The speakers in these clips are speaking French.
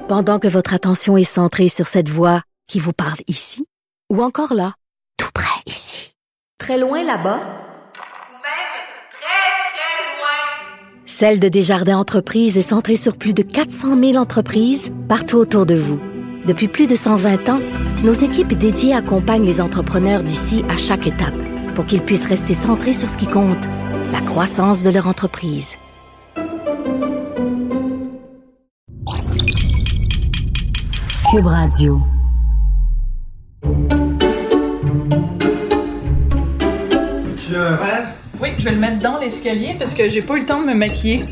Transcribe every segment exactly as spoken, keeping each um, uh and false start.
Pendant que votre attention est centrée sur cette voix qui vous parle ici, ou encore là, tout près ici, très loin là-bas, ou même très, très loin. Celle de Desjardins Entreprises est centrée sur plus de quatre cent mille entreprises partout autour de vous. Depuis plus de cent vingt ans, nos équipes dédiées accompagnent les entrepreneurs d'ici à chaque étape pour qu'ils puissent rester centrés sur ce qui compte, la croissance de leur entreprise. Cube Radio. Tu veux un verre? Oui, je vais le mettre dans l'escalier parce que j'ai pas eu le temps de me maquiller.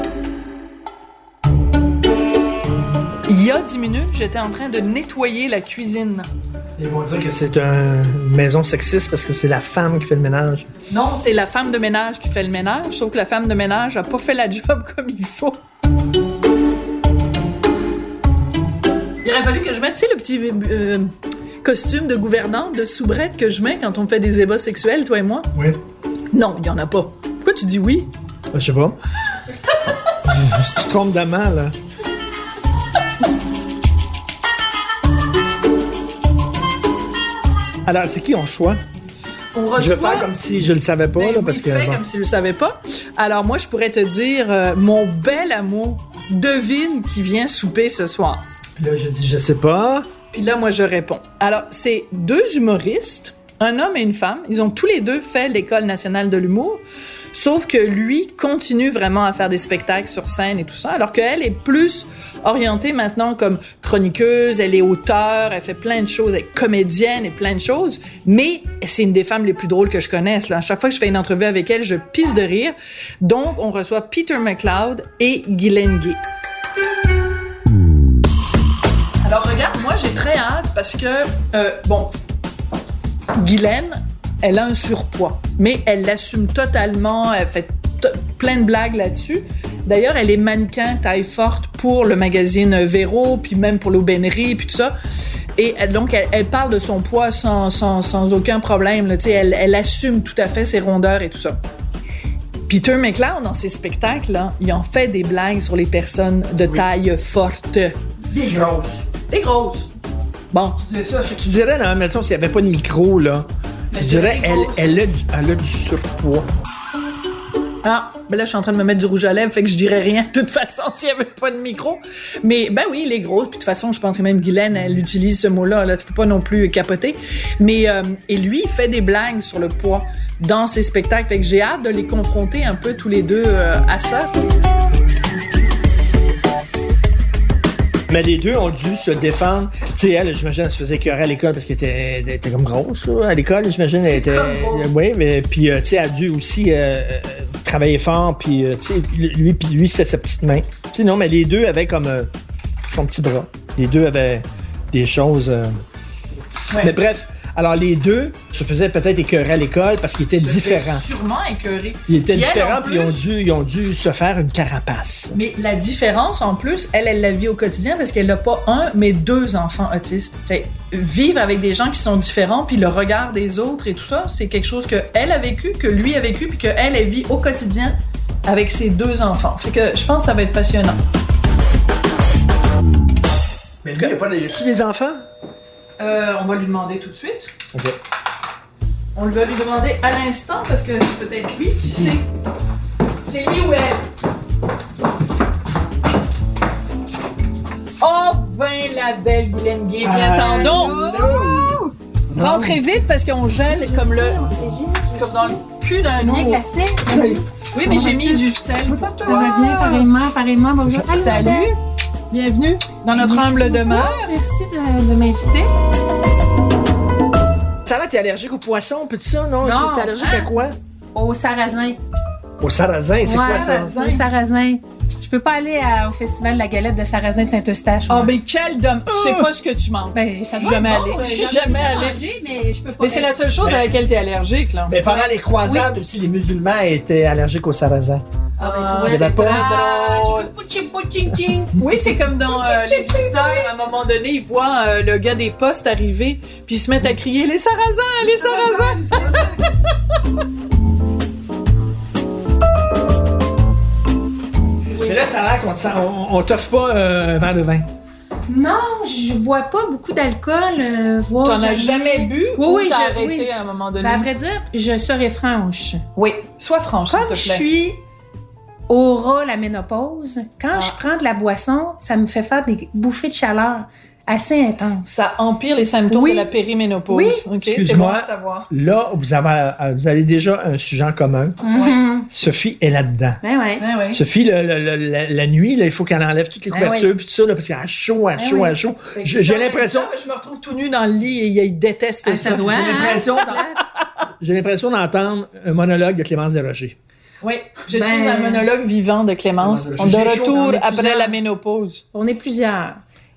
Il y a dix minutes, j'étais en train de nettoyer la cuisine. Ils vont dire que c'est un- une maison sexiste parce que c'est la femme qui fait le ménage. Non, c'est la femme de ménage qui fait le ménage, sauf que la femme de ménage a pas fait la job comme il faut. Il aurait fallu que je mette, tu sais, le petit euh, costume de gouvernante, de soubrette que je mets quand on fait des ébats sexuels, toi et moi. Oui. Non, il y en a pas. Pourquoi tu dis oui? Je sais pas. Tu te trompes d'amant, là. Alors, c'est qui on reçoit? On reçoit... Je vais faire comme si je le savais pas, Ben là, oui, parce que... fais bon. comme si je le savais pas. Alors moi, je pourrais te dire, euh, mon bel amour, devine qui vient souper ce soir. Puis là, je dis, je sais pas. Puis là, moi, je réponds. Alors, c'est deux humoristes, un homme et une femme. Ils ont tous les deux fait l'École nationale de l'humour, sauf que lui continue vraiment à faire des spectacles sur scène et tout ça, alors qu'elle est plus orientée maintenant comme chroniqueuse, elle est auteure, elle fait plein de choses, elle est comédienne et plein de choses, mais c'est une des femmes les plus drôles que je connaisse. Là. À chaque fois que je fais une entrevue avec elle, je pisse de rire. Donc, on reçoit Peter McLeod et Guylaine Gay. Alors, regarde, moi, j'ai très hâte parce que, euh, bon, Guylaine, elle a un surpoids, mais elle l'assume totalement, elle fait t- plein de blagues là-dessus. D'ailleurs, elle est mannequin taille forte pour le magazine Véro, puis même pour l'Aubainerie, puis tout ça. Et elle, donc, elle, elle parle de son poids sans, sans, sans aucun problème. Là, elle, elle assume tout à fait ses rondeurs et tout ça. Peter McLeod, dans ses spectacles, là, il en fait des blagues sur les personnes de taille forte. Les grosses. Les grosses. Bon. C'est ça, ce que tu dirais, là, mettons, s'il n'y avait pas de micro, là, je dirais, elle, elle, a du, elle a du surpoids. Ah, ben là, je suis en train de me mettre du rouge à lèvres, fait que je dirais rien de toute façon s'il n'y avait pas de micro. Mais, ben oui, les grosses, puis de toute façon, je pense que même Guylaine, elle utilise ce mot-là, là, faut pas non plus capoter. Mais, euh, et lui, il fait des blagues sur le poids dans ses spectacles, fait que j'ai hâte de les confronter un peu tous les deux euh, à ça. Mais les deux ont dû se défendre. Tu sais, elle, j'imagine, elle se faisait écœurer à l'école parce qu'elle était, elle était comme grosse, là. À l'école, j'imagine, elle était... Oui, mais puis, euh, tu sais, elle a dû aussi euh, travailler fort, puis, euh, tu sais, lui, puis lui, c'était sa petite main. Tu sais, non, mais les deux avaient comme euh, son petit bras. Les deux avaient des choses... Euh... Ouais. Mais bref, alors les deux se faisaient peut-être écœurer à l'école parce qu'ils étaient Se différents. fait sûrement écœurer. Ils étaient Puis elle, différents, en puis ils ont, plus- dû, ils ont dû se faire une carapace. Mais la différence, en plus, elle, elle la vit au quotidien parce qu'elle n'a pas un, mais deux enfants autistes. Fait, vivre avec des gens qui sont différents, puis le regard des autres et tout ça, c'est quelque chose qu'elle a vécu, que lui a vécu, puis qu'elle, elle vit au quotidien avec ses deux enfants. Fait que je pense que ça va être passionnant. Mais lui, il n'y a pas... Y a-tu des enfants? Euh, on va lui demander tout de suite. OK. On va lui demander à l'instant parce que c'est peut-être lui qui sait. C'est lui ou elle? Oh, ben la belle Guylaine Gay, viens tendons! Rentrez vite parce qu'on gèle comme le, comme dans le cul d'un Bien ours. classé. Oui, mais j'ai mis du sel. Ça va bien, pareillement, pareillement. Bonjour. Allô, Salut, madame. bienvenue dans notre Merci humble beaucoup. demeure. Merci de, de m'inviter. Ça là, t'es allergique aux poissons, puis tout ça, non? Non. T'es allergique à quoi? Au sarrasin. Au sarrasin, c'est Ouais, quoi ça? Au sarrasin. Je peux pas aller à- au festival de la galette de sarrasin de Saint-Eustache. Oh, moi. ben quel dommage. C'est pas ce que tu manges. Ben, ça Je suis doit jamais être bon, allée. euh, Je suis j'en ai jamais déjà allée. mangé, mais je peux pas. Mais c'est la seule chose à laquelle t'es allergique, là. Mais pendant les croisades aussi, les musulmans étaient allergiques aux sarrasins. Ah, ben, tu Ah, vois, il y avait c'est pas- Ah, drôle. tchicou, pouching, pouching. Oui, c'est comme dans euh, Les Visiteurs, à un moment donné, ils voient euh, le gars des postes arriver, puis ils se mettent à crier « Les Sarrasins! Les Sarrasins! » Mais là, ça a l'air qu'on te sent- on, on t'offre pas euh, un verre de vin. Non, je bois pas beaucoup d'alcool. Euh, voire T'en as jamais. jamais bu Oui, ou oui, t'as j'ai- arrêté oui. à un moment donné? Ben, à vrai dire, je serai franche. Oui, sois franche, Comme s'il je te plaît. suis au ras la ménopause, quand Ah. je prends de la boisson, ça me fait faire des bouffées de chaleur assez intenses. Ça empire les symptômes Oui. de la périménopause. Oui. OK, c'est Excuse-moi. bon à savoir. Là, vous avez, vous avez déjà un sujet en commun. Mhm. Sophie est là-dedans. Ben ouais. Ouais, ouais. Sophie, le- le- le- la, la nuit, là, il faut qu'elle enlève toutes les Ben couvertures oui. puis tout ça, là, parce qu'elle a chaud, elle a Ben chaud, oui. elle a chaud. J'ai j'ai l'impression... Je me retrouve tout nu dans le lit et il déteste Ah, ça. ça doit, J'ai hein? l'impression d'en- j'ai l'impression d'entendre un monologue de Clémence Desrochers. Oui, je Ben- suis un monologue vivant de Clémence. Clémence On de Desrochers. retour On est après plusieurs. la ménopause. On est plusieurs.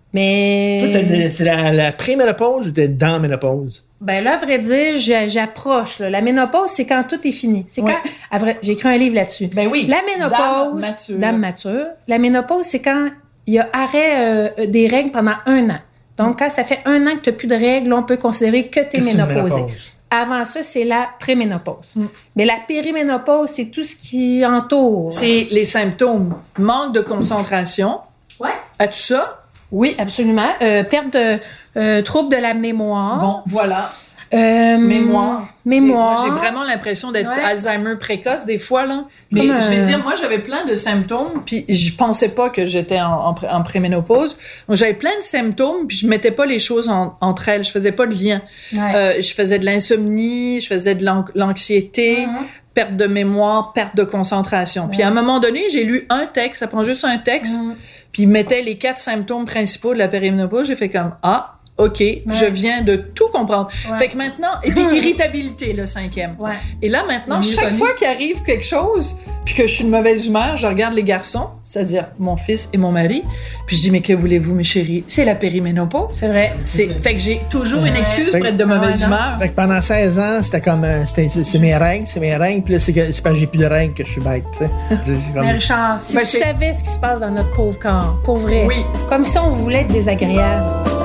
Mais. Toi, t'as des- c'est la, la pré-ménopause ou t'es dans la ménopause? Ben là, à vrai dire, je- j'approche. là. La ménopause, c'est quand tout est fini. C'est Ouais. quand. à vrai, j'ai écrit un livre là-dessus. Ben oui. La ménopause. Dame mature. Dame mature. La ménopause, c'est quand il y a arrêt euh, des règles pendant un an. Donc, quand ça fait un an que tu n'as plus de règles, là, on peut considérer que tu es Que c'est une ménopausée. ménopause. Avant ça, c'est la préménopause. Mm. Mais la périménopause, c'est tout ce qui entoure. C'est les symptômes. Manque de concentration. Ouais. As-tu ça? Oui, absolument. Euh, perte de euh, trouble de la mémoire. Bon, voilà. Euh, Mémoire. Mémoire. J'ai vraiment l'impression d'être Ouais. Alzheimer précoce des fois, là. Mais Comme, je vais euh, dire, moi, j'avais plein de symptômes, puis je pensais pas que j'étais en, en, pré- en préménopause. Donc, j'avais plein de symptômes, puis je mettais pas les choses en- entre elles. Je faisais pas de lien. Ouais. Euh, je faisais de l'insomnie, je faisais de l'an- l'anxiété, Mhm. perte de mémoire, perte de concentration. Puis à un moment donné, j'ai lu un texte, ça prend juste un texte, Mhm. puis il mettait les quatre symptômes principaux de la périménopause. J'ai fait comme, ah, OK, je viens de tout comprendre. Ouais. Fait que maintenant, et puis irritabilité, le cinquième. Ouais. Et là, maintenant, Le mieux chaque connu. fois qu'il arrive quelque chose, puis que je suis de mauvaise humeur, je regarde les garçons, c'est-à-dire mon fils et mon mari, puis je dis, mais que voulez-vous, mes chéris? C'est la périménopause. C'est vrai. C'est, fait que j'ai toujours une Ouais. excuse Fait pour que- être de mauvaise Ouais, non. humeur. Fait que pendant seize ans, c'était comme... euh, c'était- c'est c'est mes règles, c'est mes règles, puis là, c'est que- c'est parce que j'ai plus de règles que je suis bête, tu sais. C'est- c'est comme- Mais Richard, si Ben, tu c'est- savais ce qui se passe dans notre pauvre corps, pour vrai. Oui. Comme si on voulait être désagréable.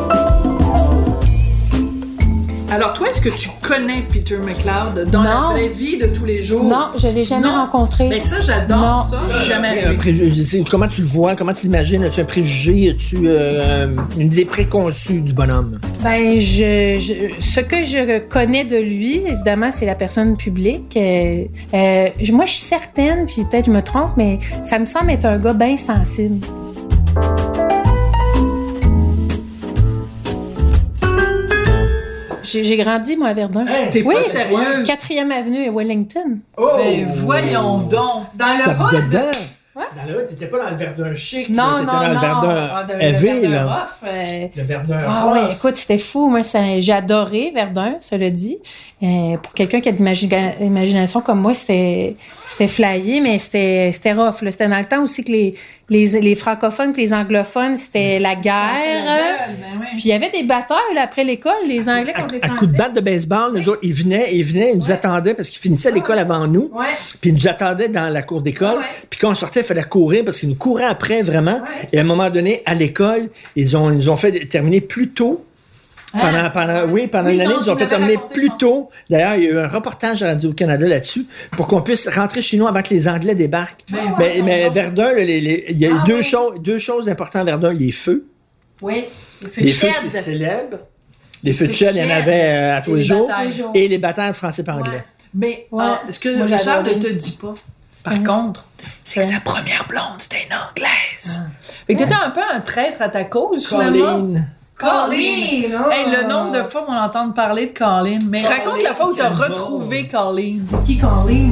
Alors, toi, est-ce que tu connais Peter McLeod dans Non. la vraie vie de tous les jours? Non, je l'ai jamais Non. rencontré. Mais ça, j'adore Non. ça. J'ai jamais Un arrivé. préjugé, c'est- comment tu le vois? Comment tu l'imagines? As-tu un préjugé? As-tu euh, une idée préconçue du bonhomme? Ben, je, je- ce que je connais de lui, évidemment, c'est la personne publique. Euh, euh, moi, je suis certaine, puis peut-être je me trompe, mais ça me semble être un gars bien sensible. J'ai j'ai grandi, moi, à Verdun. T'es Oui. pas sérieux? Quatrième avenue et Wellington. Oh! Ben, voyons donc. Dans le T'as hood. dedans? Ouais. Dans le hood, t'étais pas dans le Verdun chic, Non, là, non, t'étais dans non. le Verdun Ah, de- le élevé, Verdun là. rough, euh, Le Verdun Ah rough. oui, écoute, c'était fou. Moi, ça- j'ai adoré Verdun, cela dit. Euh, pour quelqu'un qui a de l'imagination comme moi, c'était c'était flyé, mais c'était c'était rough. là. C'était dans le temps aussi que les, les, les francophones et les anglophones, c'était la guerre. Ben Puis il y avait des batailles là, après l'école, les Anglais À, contre les à Français. coup de batte de baseball, nous autres, ils venaient, ils venaient, ils nous attendaient parce qu'ils finissaient l'école avant nous. Ouais. Puis ils nous attendaient dans la cour d'école. Ouais. Puis quand on sortait, il fallait courir parce qu'ils nous couraient après, vraiment. Ouais. Et à un moment donné, à l'école, ils ont, ils nous ont fait terminer plus tôt. Pendant, pendant, oui, pendant Oui, une année, non, ils nous ont tu fait m'avais terminer raconté, plus non. tôt. D'ailleurs, il y a eu un reportage à Radio-Canada là-dessus pour qu'on puisse rentrer chez nous avant que les Anglais débarquent. mais, mais Verdun, là, les- les- il y a Ah, deux, oui. choses, deux choses importantes à Verdun. Les feux. Oui, les feux Les de feux, Shed. c'est célèbre. Les feux de Shed, il y en Shed. avait euh, à tous Et les les jours. batailles. Et les batailles français par anglais. Ouais. Mais Ouais. ah, ce que Moi, Richard ne j'adore. te dit pas, par contre, c'est que sa première blonde, c'était une Anglaise. Fait que t'étais un peu un traître à ta cause, finalement. Colleen. Colleen! oh. Hey, le nombre de fois qu'on entend parler de Colleen. Mais Colleen raconte la fois où t'as Campbell. retrouvé Colleen. Qui Colleen?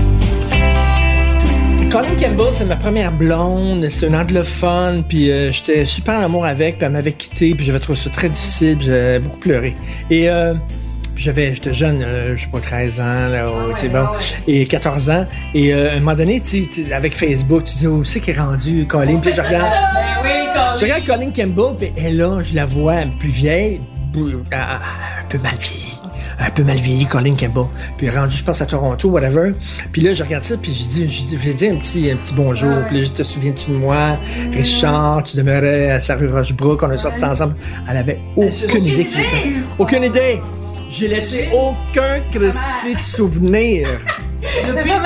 Colleen Campbell, c'est ma première blonde, c'est une anglophone, puis euh, j'étais super en amour avec, puis elle m'avait quitté, puis j'avais trouvé ça très difficile, puis j'avais beaucoup pleuré. Et euh, puis j'avais, j'étais jeune, euh, je sais pas, treize ans, là, ou, tu sais, bon, et quatorze ans, et euh, à un moment donné, tu sais, avec Facebook, tu dis, où c'est qu'est rendu Colleen, puis je regarde, Ben oui, je regarde Colleen Campbell, puis elle est là, je la vois, plus vieille, bou- ah, un peu mal vieillie. Un peu mal vieilli, Colleen Campbell. Puis rendu, je pense, à Toronto, whatever. Puis là, je regarde ça, puis j'ai dit, j'ai dit, j'ai dit un petit, un petit bonjour. Puis là, je te souviens-tu de moi? Richard, tu demeurais à sa rue Rochebrook, on a sorti ça ensemble. Elle avait aucune idée. qui j'étais. Aucune idée! J'ai laissé aucun Christy de souvenir. C'est pas mal!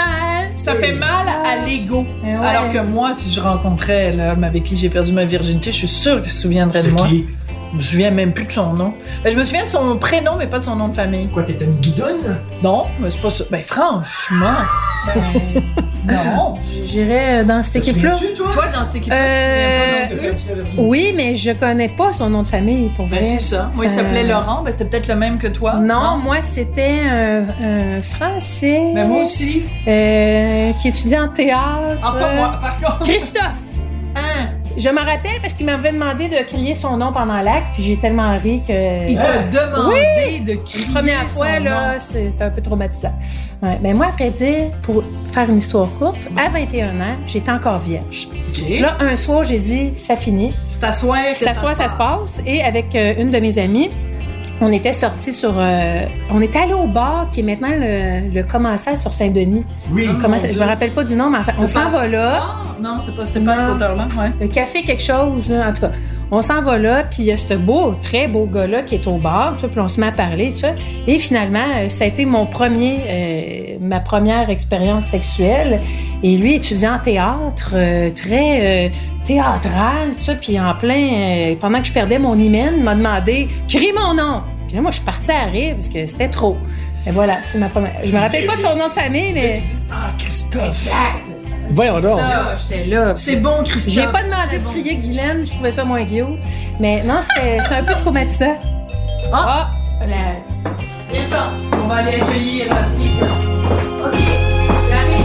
ça fait mal à l'ego. Mais ouais. Alors que moi, si je rencontrais l'homme avec qui j'ai perdu ma virginité, je suis sûre qu'il se souviendrait de moi. Qui? Je me souviens même plus de son nom. Ben, je me souviens de son prénom, mais pas de son nom de famille. Quoi, t'étais une guidonne? Non, mais c'est pas ça. Ben, franchement. Ben, non. J'irais dans cette équipe-là. Souviens-tu, toi? Toi, dans cette équipe-là, Euh, tu te souviens pas non plus? Oui, mais je connais pas son nom de famille, pour vrai. Ben, c'est ça. Moi, il s'appelait Laurent. Ben, c'était peut-être le même que toi. Non, moi, c'était un, un Français. Ben, moi aussi. euh, qui étudiait en théâtre. Ah, pas moi, par contre. Christophe! Hein? Je me rappelle parce qu'il m'avait demandé de crier son nom pendant l'acte, puis j'ai tellement ri que... Il t'a demandé de crier La première son fois, nom. là, c'est- c'était un peu traumatisant. Ouais, ben moi, à vrai dire, pour faire une histoire courte, à vingt et un ans, j'étais encore vierge. OK. Là, un soir, j'ai dit, ça finit. c'est à soir que Ça soir, ça se passe. Et avec euh, une de mes amies, on était sortis sur... euh, on était allé au bar, qui est maintenant le, le Commensal sur Saint-Denis. Oui. Comment mon ça- je Dieu. me rappelle pas du nom, mais enfin, on Le s'en passe- va là. Ah, non, c'est pas, c'était pas Non. cette auteur-là, ouais. Le café quelque chose, là. En tout cas, on s'en va là, puis il y a ce beau, très beau gars-là qui est au bar, tu vois, puis on se met à parler, tu sais. Et finalement, euh, ça a été mon premier, euh, ma première expérience sexuelle. Et lui, étudiant en théâtre, euh, très euh, théâtral, tu sais, puis en plein, euh, pendant que je perdais mon hymen, il m'a demandé « Crie mon nom! » Puis là, moi, je suis partie à rire parce que c'était trop. Et voilà, c'est ma première... Je me rappelle pas de son nom de famille, mais... Ah, Christophe. Exact! Voyons donc. Ah, j'étais là. C'est bon, Christophe. J'ai pas demandé Très de bon. crier Guylaine, je trouvais ça moins cute. Mais non, c'était c'était un peu traumatisant. Ah! La... Viens-t'en. On va aller accueillir la fille. OK, j'arrive.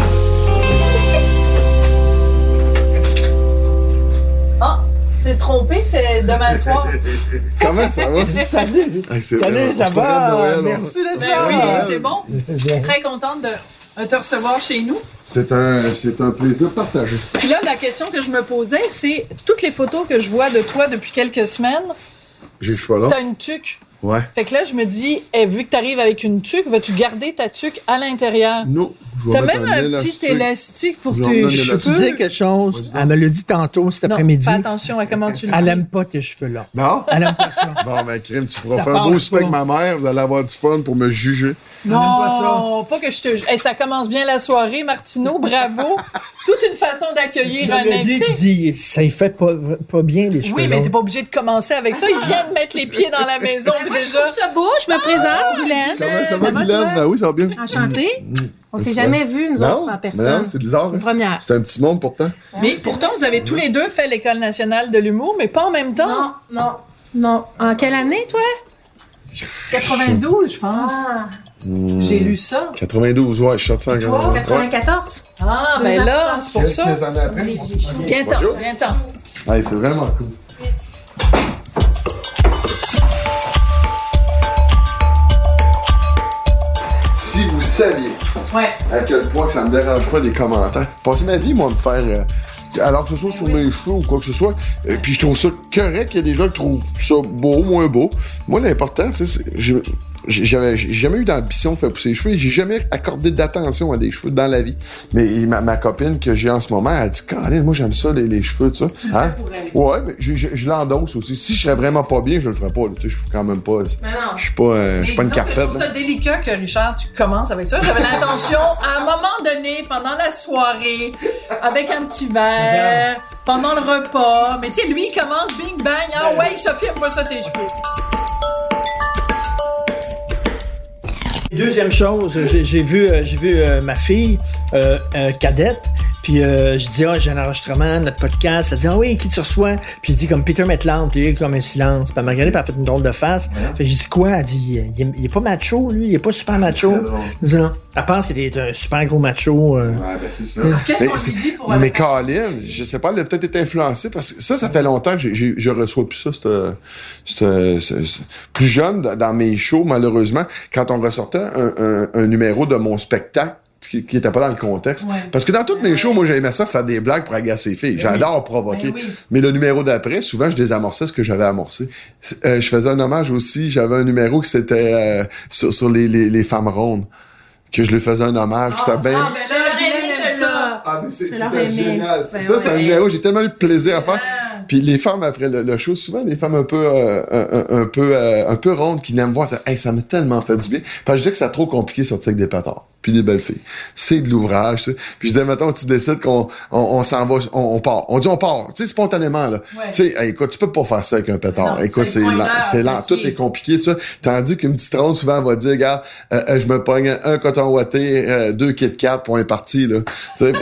Ah, c'est trompé, c'est demain soir. Comment ça va? Salut. Hey, c'est Salut, vraiment- ça on se promène va? Noël, on- Merci d'être Ben là. oui, c'est bon. Très contente de te recevoir chez nous. C'est un, c'est un plaisir partagé. Puis là, la question que je me posais, c'est toutes les photos que je vois de toi depuis quelques semaines, J'ai le cheveux longs. t'as une tuque. Ouais. Fait que là, je me dis, eh, vu que t'arrives avec une tuque, vas-tu garder ta tuque à l'intérieur? Non. je vais T'as mettre même un élastique. petit élastique pour Je vais tes remettre cheveux. l'élastique. Tu dis quelque chose, elle me l'a dit tantôt cet Non, après-midi. fais attention à comment tu le Elle dis. aime pas tes cheveux là. Non? Elle aime pas ça. Bon, ben, crime, tu pourras Ça faire un beau passe souper avec pas. ma mère, vous allez avoir du fun pour me juger. Non, pas, que je te... Hey, ça commence bien la soirée, Martineau, bravo. Toute une façon Tu d'accueillir me un l'as dit, invité. tu dis, ça y fait pas, pas bien les cheveux Oui, mais longs. t'es pas obligé de commencer avec ça. Il vient de mettre les pieds dans la maison puis Moi, je déjà. trouve ça beau. Je me présente, Guylaine. Comment ça va, va, Guylaine? toi? Ben oui, ça va bien. Enchantée. On s'est C'est jamais vus, nous Non, autres, en mais personne. non, c'est bizarre. Une hein? première. C'est un petit monde pourtant. Mais pourtant, vous avez tous les deux fait l'École nationale de l'humour, mais pas en même temps. Non, non, non. En quelle année, toi? quatre-vingt-douze, je pense. Ah, J'ai lu ça. quatre-vingt-douze, ouais, je suis sorti en quatre-vingt-douze. Ouais. quatre-vingt-quatorze. Ah, Deux ben ans là, plus tard. c'est pour ça. Quelques années après. Viens-t'en, Bonjour. viens-t'en. Ouais, c'est vraiment cool. Si vous saviez Ouais. à quel point que ça me dérange pas des commentaires. Passer ma vie, moi, me faire... euh, alors que ce soit sur mes cheveux ou quoi que ce soit, euh, puis je trouve ça correct, il y a des gens qui trouvent ça beau, moins beau. Moi, l'important, tu sais, c'est... j'ai- J'avais j'ai jamais eu d'ambition de faire pousser les cheveux et j'ai jamais accordé d'attention à des cheveux dans la vie. Mais ma, ma copine que j'ai en ce moment, elle dit « Caroline, moi j'aime ça, les, les cheveux, tout ça. » Hein? Ouais, mais je, je, je l'endosse aussi. Si je serais vraiment pas bien, je le ferais pas. Là. Tu sais, je suis quand même pas... Je suis pas, euh, je suis pas une disons que carpette. je trouve là. ça délicat que Richard, tu commences avec ça. J'avais l'intention, à un moment donné, pendant la soirée, avec un petit verre, pendant le repas. Mais tu sais, lui, il commence, bing bang, ah ouais, Sophie, aime pas ça tes cheveux. Deuxième chose, j'ai j'ai vu, euh, j'ai vu euh, ma fille euh, euh, cadette, puis euh, je dis ah j'ai un enregistrement, notre podcast, elle dit ah oui qui tu reçois, puis je dis comme Peter Maitland, puis il y a eu comme un silence, puis elle m'a regardé, puis elle a fait une drôle de face, fait que j'ai dit quoi, elle dit il est, il est pas macho lui, il est pas super macho, très drôle. je dis, non, elle pense qu'il est un super gros macho. euh. Ouais, ben c'est ça. Qu'est-ce Mais qu'on c'est- lui dit pour Mais aller- Colin, je sais pas, elle a peut-être été influencée parce que ça, ça fait longtemps que j'ai, j'ai, je reçois plus ça. C'est, c'est, c'est, c'est- plus jeune, dans- dans mes shows, malheureusement, quand on ressortait un, un, un numéro de mon spectacle, qui, qui était pas dans le contexte. Ouais. Parce que dans toutes mes shows, moi, j'aimais ça faire des blagues pour agacer les filles. J'adore provoquer. Ben oui. Mais le numéro d'après, souvent, je désamorçais ce que j'avais amorcé. Euh, je faisais un hommage aussi. J'avais un numéro qui c'était euh, sur, sur les, les, les femmes rondes. Que je lui faisais un hommage. puis ça bien... Ah, ben là, J'aurais aimé Guylaine aime celle-là. Ah, mais c'est, Je l'aurais c'était aimé. génial. Ben ça, c'est un ouais. numéro, j'ai tellement eu de plaisir à faire. Puis les femmes, après le, le show, souvent, des femmes un peu, euh, un, un, un peu, euh, un peu rondes qui n'aiment voir ça. Hey, ça m'a tellement fait du bien. Parce que je dis que c'est trop compliqué de sortir avec des pétards. puis des belles filles. C'est de l'ouvrage, tu sais. Puis je disais, mettons, tu décides qu'on on, on s'en va, on, on part. On dit on part, tu sais, spontanément, là. Ouais. Tu sais, hey, écoute, tu peux pas faire ça avec un pétard. Non, écoute, c'est c'est le lent, pointeur, c'est lent, c'est tout qui- est compliqué, tu sais. Tandis qu'une petite ronde, souvent, va dire, regarde, euh, euh, je me pogne un coton ouaté, euh, deux Kit Kat pour un parti, là. Tu sais,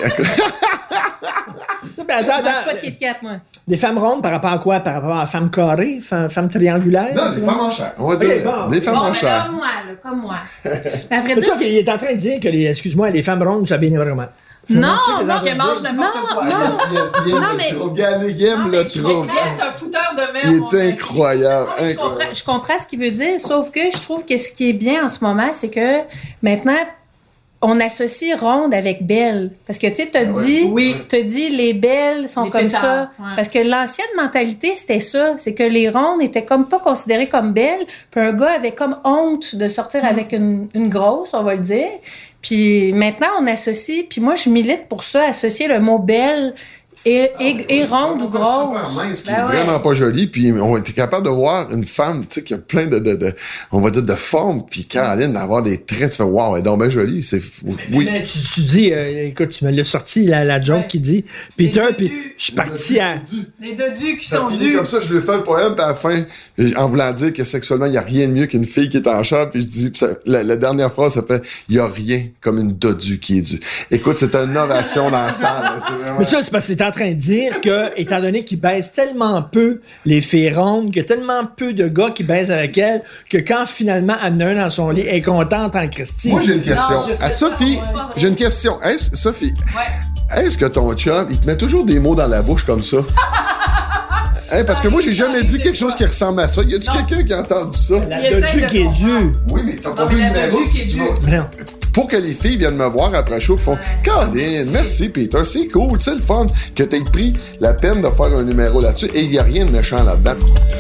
Ben, attends, Je mange attends, pas de Kit Kat, moi. des femmes rondes par rapport à quoi? Par rapport à femmes carrées? Femmes, femmes triangulaires? non, des femmes en chair. On va dire, bon. des femmes Bon, en mais chair. comme moi, là, comme moi. À vrai Mais dire, ça, c'est... il est en train de dire que les, excuse-moi, les femmes rondes s'habillent vraiment. Non, C'est ça qu'il est en non, train de Qu'elle mange dire. n'importe Non, quoi. non. Il aime, il aime Non, le mais- trouble. Regarde, il aime Non, le mais je trouble. Hey, c'est un fouteur de merde. Il mon est sac. incroyable. Non, mais je, incroyable. comprends, je comprends ce qu'il veut dire, sauf que je trouve que ce qui est bien en ce moment, c'est que maintenant, on associe ronde avec belle. Parce que, tu sais, t'as dit, Oui. t'as dit, les belles sont Les comme pétards, ça. ouais. Parce que l'ancienne mentalité, c'était ça. C'est que les rondes étaient comme pas considérées comme belles. Puis un gars avait comme honte de sortir avec une, une grosse, on va le dire. Puis maintenant, on associe, puis moi, je milite pour ça, associer le mot belle et, et, et ronde ou grosse. Super mince, qui Ben est ouais. vraiment pas jolie, puis on était capable de voir une femme, tu sais, qui a plein de, de, de, on va dire, de formes, puis Caroline, d'avoir des traits, tu fais, wow, elle est donc bien jolie, c'est, oui. Mais tu, tu dis, euh, écoute, tu me l'as sorti, la, la joke Ouais. qui dit, Peter, Les puis dodus. je suis parti à... Les dodus qui Ça sont finit dus. comme ça, je lui fais le poème, puis à la fin, en voulant dire que sexuellement, il n'y a rien de mieux qu'une fille qui est en chair, puis je dis, puis ça- la, la dernière phrase, ça fait, il n'y a rien comme une dodue qui est due. Écoute, c'est une innovation dans la salle, là, c'est vraiment... Mais ça, c'est parce que t'es en train de dire que, étant donné qu'ils baissent tellement peu les filles rondes, qu'il y a tellement peu de gars qui baissent avec elles, que quand finalement elle en a un dans son lit, elle est contente en Christie. Moi, j'ai une question. Non, je sais À pas, Sophie, c'est pas vrai. j'ai une question. Est-ce, Sophie, Ouais. est-ce que ton chum, il te met toujours des mots dans la bouche comme ça? Hein, parce que moi, j'ai jamais dit quelque chose qui ressemble à ça. Y a-tu Non. quelqu'un qui a entendu ça? La Il essaie dodue de qui est comprendre. due. Oui, mais t'as pas Non, vu mais le la numéro dodue qui est tu due. vas- Non. Pour que les filles viennent me voir après le show, ils font « Caroline, merci Peter, c'est cool, c'est le fun que t'aies pris la peine de faire un numéro là-dessus. » Et il y a rien de méchant là-dedans.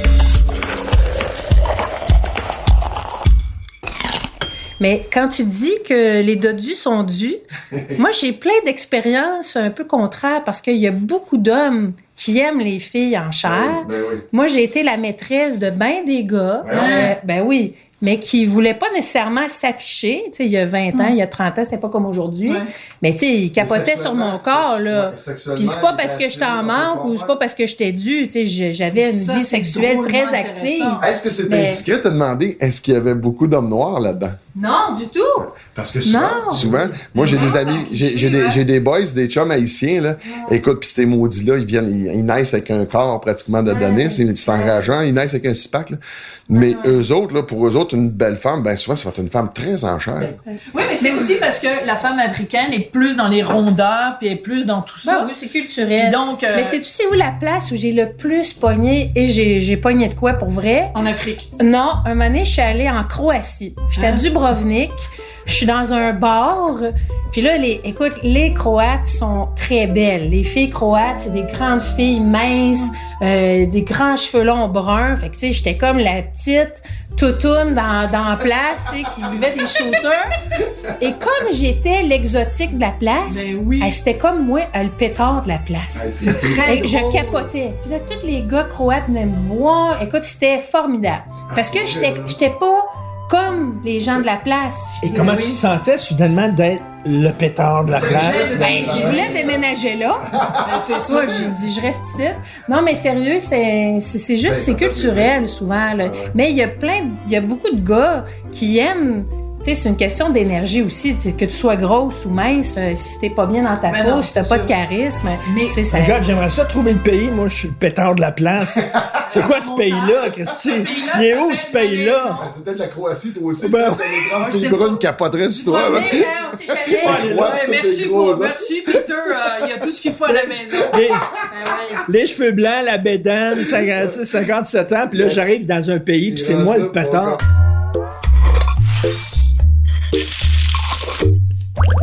Mais quand tu dis que les dodus sont dus, moi, j'ai plein d'expériences un peu contraires parce qu'il y a beaucoup d'hommes qui aiment les filles en chair. Ben oui. Moi, j'ai été la maîtresse de ben des gars. Ben Euh, ben oui. Mais qui voulaient pas nécessairement s'afficher. Tu sais, il y a vingt ans, il y a trente ans, c'était pas comme aujourd'hui. Ouais. Mais tu sais, ils capotaient sur mon corps, là. Ouais, sexuellement, Puis c'est pas il parce que était j'étais en attiré, manque on ou peut c'est pas parce que j'étais due. Tu sais, je- j'avais une Ça, vie c'est sexuelle drôlement très active. intéressant. Est-ce que c'est Mais- indiscret de demander est-ce qu'il y avait beaucoup d'hommes noirs là-dedans? Non, du tout. Parce que souvent, Non. souvent moi j'ai Non, des c'est amis, un j'ai cliché, j'ai des, ouais. j'ai des boys, des chums haïtiens, là. Écoute, pis ces maudits-là, ils viennent, ils, ils naissent avec un corps pratiquement de données, c'est c'est enrageant, ils naissent avec un six-pack, là. Mais eux autres, là, pour eux autres, une belle femme, ben souvent, ça va être une femme très en chair. Oui, mais c'est aussi parce que la femme africaine est plus dans les rondeurs, puis est plus dans tout ça. Ben oui, c'est culturel. Puis donc, euh, Mais sais-tu c'est où la place où j'ai le plus pogné et j'ai j'ai pogné de quoi pour vrai? en Afrique. Non, un moment donné, je suis allée en Croatie. J'étais à Hein? Dubrovnik. Je suis dans un bar. Puis là, les, écoute, les Croates sont très belles. Les filles croates, c'est des grandes filles minces, euh, des grands cheveux longs bruns. Fait que, tu sais, j'étais comme la petite toutoune dans, dans la place, tu sais, qui buvait des shooters. Et comme j'étais l'exotique de la place, Ben oui. hey, c'était comme moi, le pétard de la place. C'est Très Et je drôle. capotais. Puis là, tous les gars croates venaient me voir. Écoute, c'était formidable. Parce que j'étais j'étais pas comme les gens de la place. Et comment tu te sentais soudainement d'être le pétard de la place? Ben, je voulais déménager là. Ben, c'est Ça, ça. j'ai dit, je reste ici. Non, mais sérieux, c'est c'est- c'est juste, Ben, c'est ça fait culturel souvent. Là. Ah ouais. Mais il y a plein, de- il y a beaucoup de gars qui aiment. Tu sais, c'est une question d'énergie aussi. Tu- Que tu sois grosse ou mince, euh, si t'es pas bien dans ta Ben peau, non, si t'as c'est pas sûr. de charisme, Mais- tu sais, ça. Regarde, j'aimerais ça trouver le pays. Moi, je suis le pétard de la place. C'est quoi ce pays-là, Christy? pays-là, Il est ça où, s'appelle ce pays-là? Ben, c'est peut-être la Croatie, toi aussi. Ben, Peut-être les grandes filles brunes capoteraient sur toi, là. Mais, hein, on sait jamais. Ouais, Ouais, Ouais, c'est merci des pour, gros, hein. merci Peter, euh, il y a tout ce qu'il faut à la maison. Les, Ben ouais. les cheveux blancs, la bédaine, cinquante, tu sais, cinquante-sept ans, puis là, j'arrive dans un pays, puis c'est moi le pétard.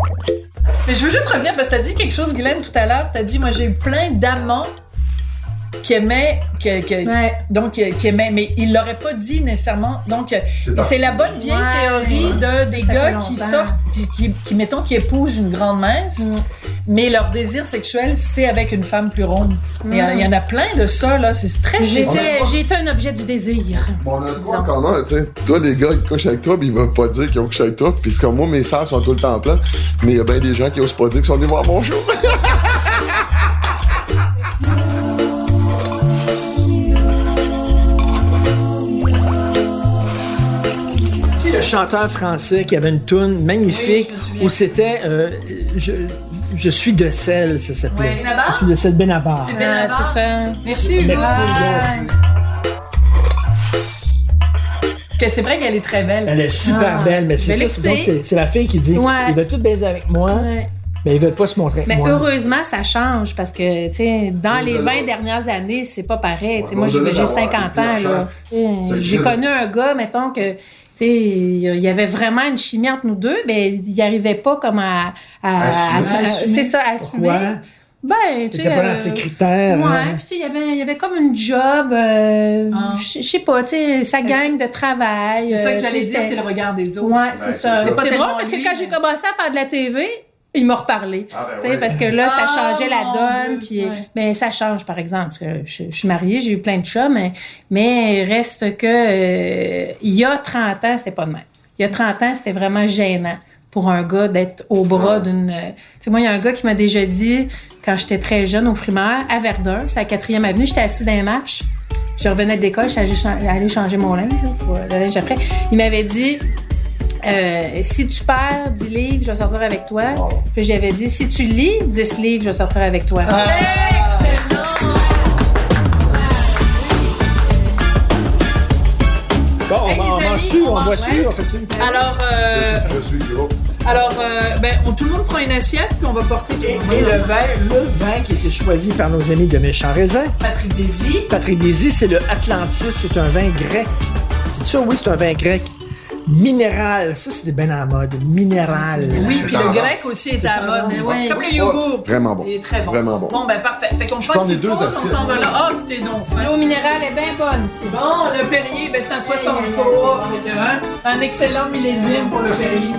Mais je veux juste revenir parce que t'as dit quelque chose, Guylaine, tout à l'heure. T'as dit, moi, j'ai eu plein d'amants qui aimait, qui, qui, Ouais. donc qui, qui aimait, mais il l'aurait pas dit nécessairement. Donc c'est, parce- c'est la bonne vieille Ouais. théorie de Ça, des ça gars fait qui longtemps. sortent, qui, qui, qui, mettons, qui épousent une grande mince, Mm. mais leur désir sexuel c'est avec une femme plus ronde. Il y, a- il y en a plein de ça là, c'est très J'ai, spécial. j'ai été un objet du désir. Bon, on a de quoi en Disons. commun, tu sais. Toi, des gars qui couchent avec toi, puis ils veulent pas dire qu'ils ont couché avec toi. Puis c'est comme moi, mes sœurs sont tout le temps pleines. Mais il y a bien des gens qui osent pas dire qu'ils sont venus voir mon show. Qui le chanteur français qui avait une toune magnifique Oui, je me souviens. où c'était euh, je, je suis de sel, ça s'appelait. Ouais. Benabar? Je suis de sel Benabar. C'est Ah, Benabar. c'est ça. Merci Hugo. Merci, Que c'est vrai qu'elle est très belle. Elle est super Ah. belle, mais c'est Je vais ça. c'est- l'écouter. donc C'est, c'est la fille qui dit Ouais. ils veulent tous baiser avec moi, Ouais. mais ils veulent pas se montrer avec Mais moi. heureusement, ça change parce que, tu sais, dans les vingt dernières années, c'est pas pareil. Tu sais, moi, j'ai j'ai cinquante ans, là. Tu sais, J'ai connu un gars, mettons, que, tu sais, il y avait vraiment une chimie entre nous deux, mais il n'y arrivait pas comme à... à- Assumer. à- à- c'est ça, à Pourquoi? assumer. Ben, tu sais... T'étais pas euh, dans ses critères. Ouais, hein. puis tu sais, il y avait, il y avait comme une job, euh, Ah. je je sais pas, tu sais, sa gang de travail. C'est ça euh, que tu j'allais sais, dire, c'est c'était- le regard des autres. Ouais, c'est ça. c'est C'est ça. Pas drôle tellement parce que lui, quand mais- j'ai commencé à faire de la T V, il m'a reparlé. Ah, ben Tu sais, ouais. parce que là, ça Ah, changeait la mon donne. Dieu, Puis, ouais. mais ça change, par exemple, parce que je, je suis mariée, j'ai eu plein de chats, mais, mais reste que euh, il y a trente ans, c'était pas de même. Il y a trente ans, c'était vraiment gênant pour un gars d'être au bras d'une... euh, Tu sais, moi, il y a un gars qui m'a déjà dit, quand j'étais très jeune au primaire, à Verdun, c'est à la quatrième avenue, j'étais assis dans les marches. Je revenais de l'école, j'allais aller changer mon linge, là, pour le linge après. Il m'avait dit... Euh, si tu perds dix livres, je vais sortir avec toi. Puis j'avais dit, si tu lis dix livres, je vais sortir avec toi. Excellent! Bon, on, Hey, va- on les amis, mange-tu, on on mange- boit-tu, ouais. on fait-tu? Alors, euh, Je suis gros. alors euh, ben, on- tout le monde prend une assiette, puis on va porter tout Et, le et monde. le vin, le vin qui a été choisi par nos amis de Méchants Raisins, Patrick Désy. Patrick Désy, c'est le Atlantis, c'est un vin grec. C'est ça, oui, c'est un vin grec. Minéral, ça c'était bien à la mode, minéral. Oui, puis le tendance. grec aussi est à la mode. Ouais. Comme le yogourt. Vraiment bon. Il est très bon. Vraiment bon. Bon, ben parfait. Fait qu'on prend prends une les petite deux pause, on assiettes. s'en va là. Ah, t'es donc fin. L'eau minérale est bien bonne aussi. Bon, le Perrier, ben c'est un soixante-trois. Fait que, hein, un excellent millésime pour le Perrier.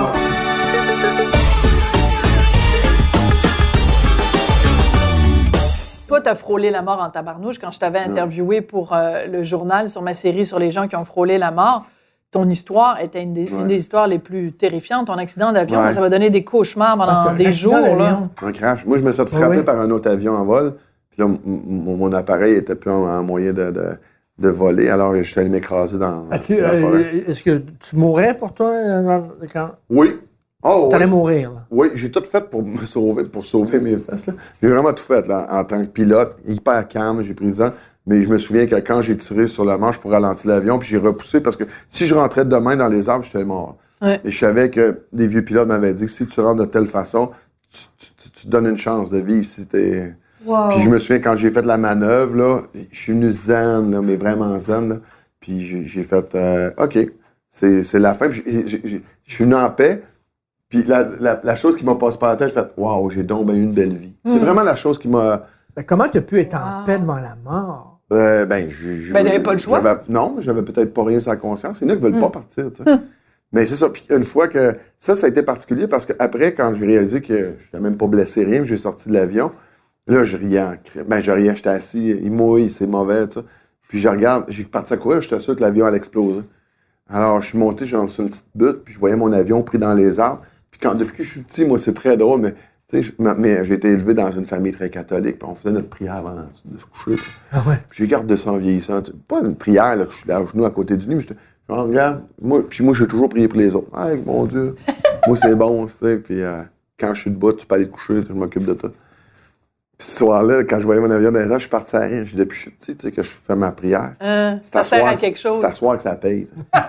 Toi, t'as frôlé la mort en tabarnouche quand je t'avais interviewé pour euh, le journal sur ma série sur les gens qui ont frôlé la mort. Ton histoire était une des, une des histoires les plus terrifiantes. Ton accident d'avion, Ouais. ça va donner des cauchemars pendant Parce qu'un des accident jours. Là. d'avion, Un crash. Moi, je me suis fait frapper Ah oui? par un autre avion en vol. Puis là, m- m- mon appareil était plus en, en moyen de, de, de voler. Alors, je suis allé m'écraser dans, As-tu, dans la euh, forêt. est-ce que tu mourrais pour toi euh, dans- quand Oui. Oh, t'allais oui. mourir? Là. Oui, j'ai tout fait pour me sauver, pour sauver mes fesses. Là. J'ai vraiment tout fait là, en tant que pilote, hyper calme, j'ai pris ça. Mais je me souviens que quand j'ai tiré sur la manche pour ralentir l'avion, puis j'ai repoussé parce que si je rentrais demain dans les arbres, j'étais mort. Ouais. Et je savais que des vieux pilotes m'avaient dit que si tu rentres de telle façon, tu, tu, tu- tu te donnes une chance de vivre si t'es... Wow. Puis je me souviens quand j'ai fait la manœuvre, là, je suis venu zen, là, mais vraiment zen. Là. Puis j'ai, j'ai fait euh, OK, c'est, c'est la fin. Puis j'ai, j'ai, j'ai- je suis venu en paix. Puis la, la, la chose qui m'a passé par la tête, j'ai fait waouh, j'ai donc ben eu une belle vie. C'est vraiment la chose qui m'a. Ben, comment tu as pu être en paix devant la mort? Euh, ben, je, je, Ben, il avait pas le choix. j'avais- non, j'avais peut-être pas rien sur la conscience. Il y en a qui veulent pas partir, tu sais. Mais c'est ça. Puis une fois que. Ça, ça a été particulier parce qu'après, quand j'ai réalisé que je n'étais même pas blessé rien, j'ai sorti de l'avion, là, je riais en cri- Ben, je riais, j'étais assis, il mouille, c'est mauvais, tu sais. Puis je regarde, j'ai parti à courir, j'étais sûr que l'avion allait exploser. Alors, je suis monté, j'ai sur une petite butte, puis je voyais mon avion pris dans les arbres. Puis quand, depuis que je suis petit, moi, c'est très drôle, mais. Tu sais, je- mais j'ai été élevé dans une famille très catholique, puis on faisait notre prière avant de se coucher. puis Ah ouais. j'ai gardé ça en vieillissant. tu sais. Pas une prière, là, que je suis là à genoux à côté du lit, mais j'étais genre, regarde, moi, puis moi, j'ai toujours prié pour les autres. Ah, mon Dieu, moi, c'est bon, tu sais, puis euh, quand je suis debout, tu peux aller te coucher, je m'occupe de toi. Puis ce soir-là, quand je voyais mon avion dans les airs, je suis parti à rien. J'ai dit, depuis que je suis petit, tu sais, que je fais ma prière. Hein, C'est ça à sert soir à que- quelque chose. C'est à soir que ça paye.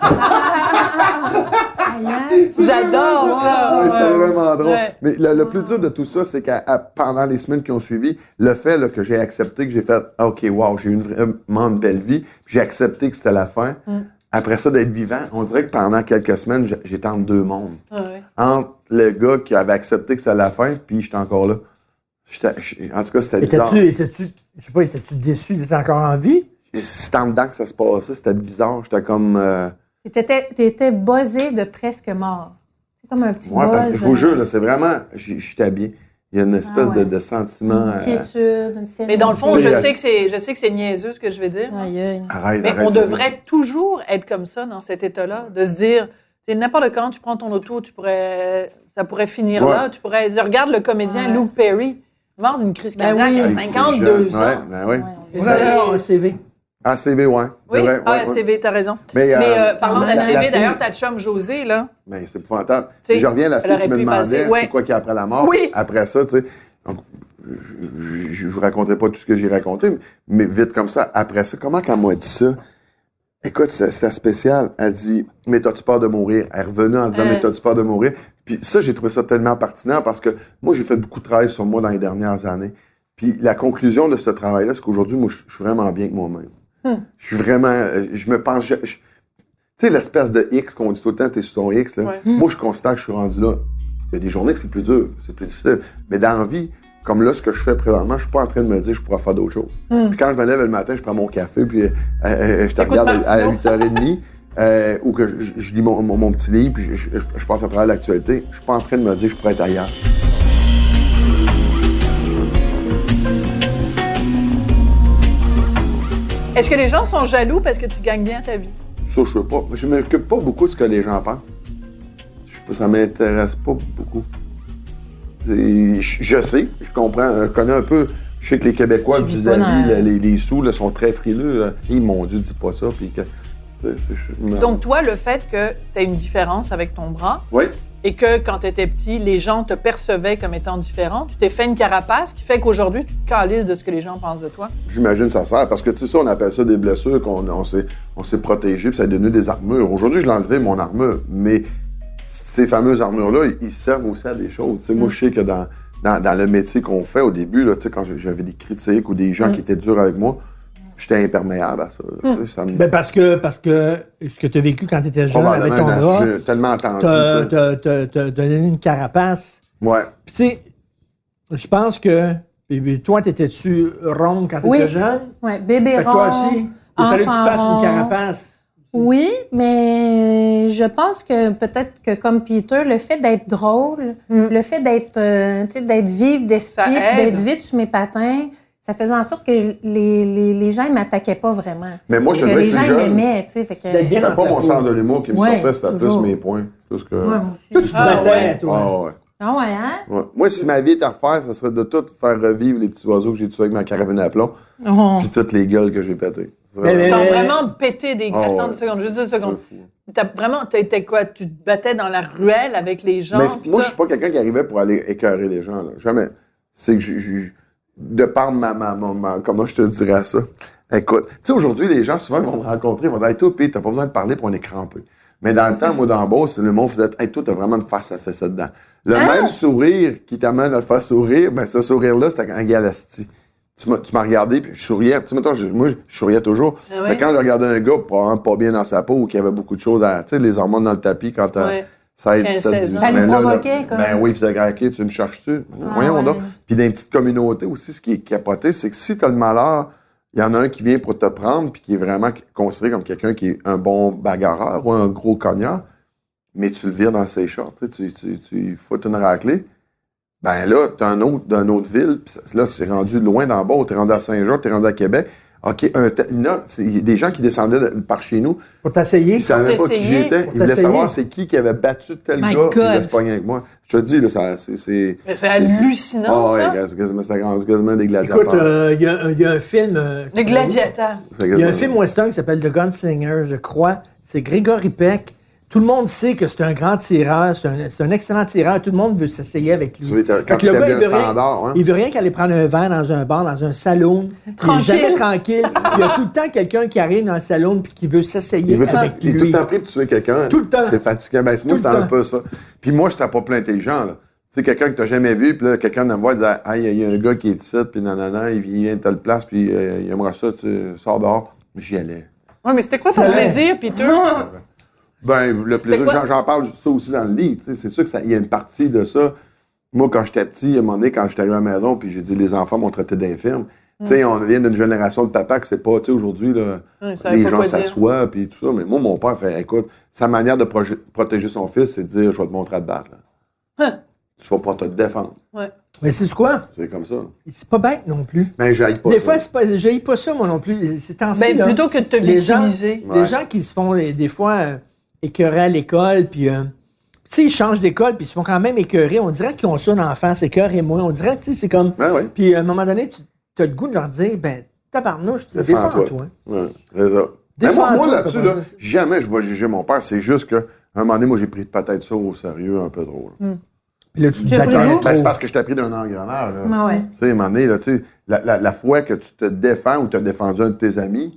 J'adore ça. Ouais, c'était vraiment drôle. Ouais. Mais le, le plus dur de tout ça, c'est que pendant les semaines qui ont suivi, le fait là, que j'ai accepté, que j'ai fait ah, OK, wow, j'ai eu une vraiment une belle vie, puis j'ai accepté que c'était la fin. Mm. Après ça, d'être vivant, on dirait que pendant quelques semaines, j'ai- j'étais entre deux mondes. Ah ouais. Entre le gars qui avait accepté que c'était la fin, puis j'étais encore là. J'étais- j'étais- En tout cas, c'était bizarre. Étais-tu, étais-tu, je sais pas, étais-tu déçu d'être encore en vie? C'était en dedans que ça se passait. C'était bizarre. J'étais comme... euh, T'étais, t'étais buzzé de presque mort. C'est comme un petit Ouais, parce que buzz. je vous euh, jure, là, c'est vraiment... Je j'étais bien. Il y a une espèce Ah ouais. de, de sentiment... Une euh, quiétude, une sérénité. Mais dans le fond, Oui, je là, sais que c'est, je sais que c'est niaiseux ce que je vais dire. Aïe, aïe. Arrête, Mais arrête, on ça. devrait toujours être comme ça, dans cet état-là, de se dire, c'est n'importe quand tu prends ton auto, tu pourrais, ça pourrait finir Ouais. là. Tu pourrais dire, regarde le comédien Ouais. Luke Perry, mort d'une crise Ben cardiaque oui. à Hey, c'est cinquante-deux jeune. ans. Ouais, ben oui. Ouais, on On le a sait. un C V. Ah, C V, ouais. C'est Oui, vrai, ah, ouais, ouais. C V, t'as raison. Mais, Mais euh, euh, parlant la- d'A C V, la fille- d'ailleurs, ta chum Josée, là, Ben, c'est épouvantable. Tu sais, Je reviens à la elle fille aurait qui me pu demandait passer, ouais. c'est quoi qu'il y a après la mort. Oui. Après ça, tu sais, donc, je, je, je vous raconterai pas tout ce que j'ai raconté, mais, mais vite comme ça, après ça, comment qu'elle m'a dit ça? Écoute, c'était c'était spécial. Elle dit, mais t'as-tu peur de mourir? Elle est revenue en disant, Euh. mais t'as-tu peur de mourir? Puis ça, j'ai trouvé ça tellement pertinent parce que moi, j'ai fait beaucoup de travail sur moi dans les dernières années. Puis la conclusion de ce travail-là, c'est qu'aujourd'hui, moi, je je suis vraiment bien avec moi-même. Hmm. Je suis vraiment, euh, je me pense, je- je- tu sais, l'espèce de X qu'on dit tout le temps, t'es sur ton X, là. Ouais. Moi, je constate que je suis rendu là. Il y a des journées que c'est plus dur, c'est plus difficile. Mais dans la vie, comme là, ce que je fais présentement, je suis pas en train de me dire que je pourrais faire d'autres choses. Puis quand je me lève le matin, je prends mon café, puis euh, euh, je te T'écoutes regarde à, à Martineau. huit heures trente, euh, ou que je, je- je lis mon, mon- mon petit livre, puis je, je- je passe à travers l'actualité. Je suis pas en train de me dire que je pourrais être ailleurs. est-ce que les gens sont jaloux parce que tu gagnes bien ta vie? Ça, je sais pas. Je m'occupe pas beaucoup de ce que les gens pensent. Je sais pas, ça m'intéresse pas beaucoup. C'est- Je, je sais, je comprends, je connais un peu. Je sais que les Québécois, Tu vis pas vis-à-vis dans- là, les, les sous, là, sont très frileux. Là. Hey, mon Dieu, dis pas ça. Puis que, je- je- Donc, toi, le fait que tu as une différence avec ton bras oui, et que quand tu étais petit, les gens te percevaient comme étant différent, tu t'es fait une carapace qui fait qu'aujourd'hui, tu te calisses de ce que les gens pensent de toi. j'imagine que ça sert. Parce que, tu sais, ça, on appelle ça des blessures qu'on on s'est, on s'est protégé, puis ça a devenu des armures. Aujourd'hui, je l'ai enlevé, mon armure. Mais ces fameuses armures-là, ils- ils servent aussi à des choses. Tu sais, moi, je sais que dans, dans, dans le métier qu'on fait, au début, là, tu sais, quand j'avais des critiques ou des gens qui étaient durs avec moi, j'étais imperméable à ça. là. Tu sais, ça me- Ben parce que, parce que ce que tu as vécu quand tu étais jeune avec ton Probablement, bras, j'ai tellement entendu. t'as, tu sais. t'as, t'as, t'as donné une carapace. Ouais. Puis tu sais, je pense que, puis, puis toi, t'étais-tu ronde quand t'étais Oui. jeune? Ouais, bébé Fait que toi rond, aussi, il fallait que tu enfant fasses une rond. carapace. Oui, mais je pense que peut-être que comme Peter, le fait d'être drôle, le fait d'être, euh, tu sais, d'être vive Ça d'esprit, puis aide. d'être vite sur mes patins, ça faisait en sorte que les, les, les gens ne m'attaquaient pas vraiment. Mais moi, je te que dirais les que gens plus jeune, m'aimaient, tu sais. Fait que, D'être bien c'était dans pas ta mon peau. sens de l'humour qui me Ouais, sortait, c'était toujours. plus mes points. Plus que... Ouais, moi aussi. Toi, tu te Ah, battais, ouais. toi. Ah, ouais. Ah ouais, hein? Ouais. Moi, si ma vie était à refaire, ça serait de tout faire revivre les petits oiseaux que j'ai tués avec ma carabine à plomb, Oh. puis toutes les gueules que j'ai pétées. Mais- mais- T'as mais- vraiment pété des... Ah, Attends ouais. deux secondes, juste deux secondes. C'est fou. T'as vraiment... T'étais quoi? Tu te battais dans la ruelle avec les gens? Mais pis moi, je ça? suis pas quelqu'un qui arrivait pour aller écœurer les gens. Là. Jamais. C'est que je, je- de par ma, ma, ma, ma- comment je te dirais ça? Écoute, tu sais, aujourd'hui, les gens, souvent, vont me rencontrer, ils vont dire, hey, toi, Pete, t'as pas besoin de parler pour on est crampé. Mais dans le temps, moi, dans Beauce, le monde faisait, hey, toi, t'as vraiment une face à fessette dedans. Le même sourire qui t'amène à le faire sourire, ben, ce sourire-là, c'était un galastie. Tu m'as, tu m'as regardé, puis je souriais. Tu sais, mettons, je- moi, je souriais toujours. Ah ouais? Fait que quand je regardais un gars, probablement pas bien dans sa peau, ou qui avait beaucoup de choses à, tu sais, les hormones dans le tapis quand t'as Ouais. seize, quinze, dix-sept, seize dix-huit ans. Ça lui Ben là, là, provoquait, comme- Ben oui, il faisait craquer, tu me cherches-tu? Voyons ouais. donc. Puis dans une petite communauté aussi, ce qui est capoté, c'est que si t'as le malheur, il y en a un qui vient pour te prendre, puis qui est vraiment considéré comme quelqu'un qui est un bon bagarreur ou un gros cogneur, mais tu le vires dans ses shorts, tu, sais, tu, tu, tu lui fous une raclée. Ben là, t'as un autre d'une autre ville, puis ça- là, tu es rendu loin d'en bas, t'es rendu à Saint-Jean, t'es rendu à Québec. OK, un te- là, c'est- il y a des gens qui descendaient de- par chez nous, Pour t'essayer. ils savaient même pas qui t'essayer. j'étais. Pour Ils voulaient t'essayer. savoir c'est qui qui avait battu tel My gars, puis ils God. voulaient se pogner avec moi. Je te le dis, là, ça, c'est... c'est Mais c'est hallucinant, Ah ouais, ça. gars, c'est quasiment, c'est quasiment des gladiateurs. Écoute, euh, il y, a un- il y a un film. euh, Le gladiateur. C'est Il y a quasiment- un film western qui s'appelle The Gunslinger, je crois. C'est Grégory Peck. Tout le monde sait que c'est un grand tireur, c'est un, c'est un excellent tireur. Tout le monde veut s'essayer avec lui. Tu veux, t'as- Fait quand que le tu gars, il établis veut, un rien, standard, hein. il veut rien qu'aller prendre un verre dans un bar, dans un salon. Il est Tranquille. jamais tranquille. Il y a tout le temps quelqu'un qui arrive dans le salon puis qui veut s'essayer Il veut tout, avec il est lui. tout le temps prêt de tuer quelqu'un. Tout le temps. C'est fatigant. Ben, moi, Tout le c'était un temps. peu ça. Puis moi, j'étais pas plein intelligent, là. Tu sais, quelqu'un que t'as jamais vu, puis là, quelqu'un me voit, il dit, ah, il y a un gars qui est ici, puis nanana, il vient de telle place, puis euh, il aimerait ça, tu sors dehors. J'y allais. Ouais, mais c'était quoi ton Ouais. plaisir, Peter? Ben, le plaisir, quoi? j'en, j'en parle ça aussi dans le livre, tu sais, c'est sûr que ça, il y a une partie de ça. Moi, quand j'étais petit, à un moment donné, quand j'étais arrivé à la maison, puis j'ai dit, les enfants m'ont traité d'infirme. Tu sais, on vient d'une génération de papa que c'est pas, tu sais, aujourd'hui, là, Ouais, je savais les pas gens quoi dire. s'assoient, puis tout ça. Mais moi, mon père fait, écoute, sa manière de proje- protéger son fils, c'est de dire, je vais te montrer à te battre, là. Hein. Tu vas pas te défendre. Ouais. Mais c'est quoi? C'est comme ça. C'est pas bête non plus. Mais j'aille pas Des ça. fois, c'est pas, j'haïs pas ça, moi non plus. C'est temps-ci, Ben, là, plutôt que de te les gens, victimiser. Ouais. les gens qui se font, euh, des fois, euh, écœurer à l'école, puis... euh, tu sais, ils changent d'école, puis ils se font quand même écœurer. On dirait qu'ils ont ça dans l'enfance, écœurez-moi. On dirait que, tu sais, c'est comme... Ouais, ouais. Puis à un moment donné, tu as le goût de leur dire, ben, tabarnouche, tu Défends-toi. défends-toi. Ouais, c'est ça. Mais Défends-toi, moi, moi là-dessus, papa. là, jamais je vais juger mon père. C'est juste qu'à un moment donné, moi, j'ai pris peut-être ça au sérieux un peu trop. là. Puis là, tu te J'ai bats pris un le Ben, goût. trop. c'est parce que je t'ai pris d'un engreneur. Là. Ah ouais. Tu sais, à un moment donné, là, tu sais, la, la, la fois que tu te défends ou tu as défendu un de tes amis,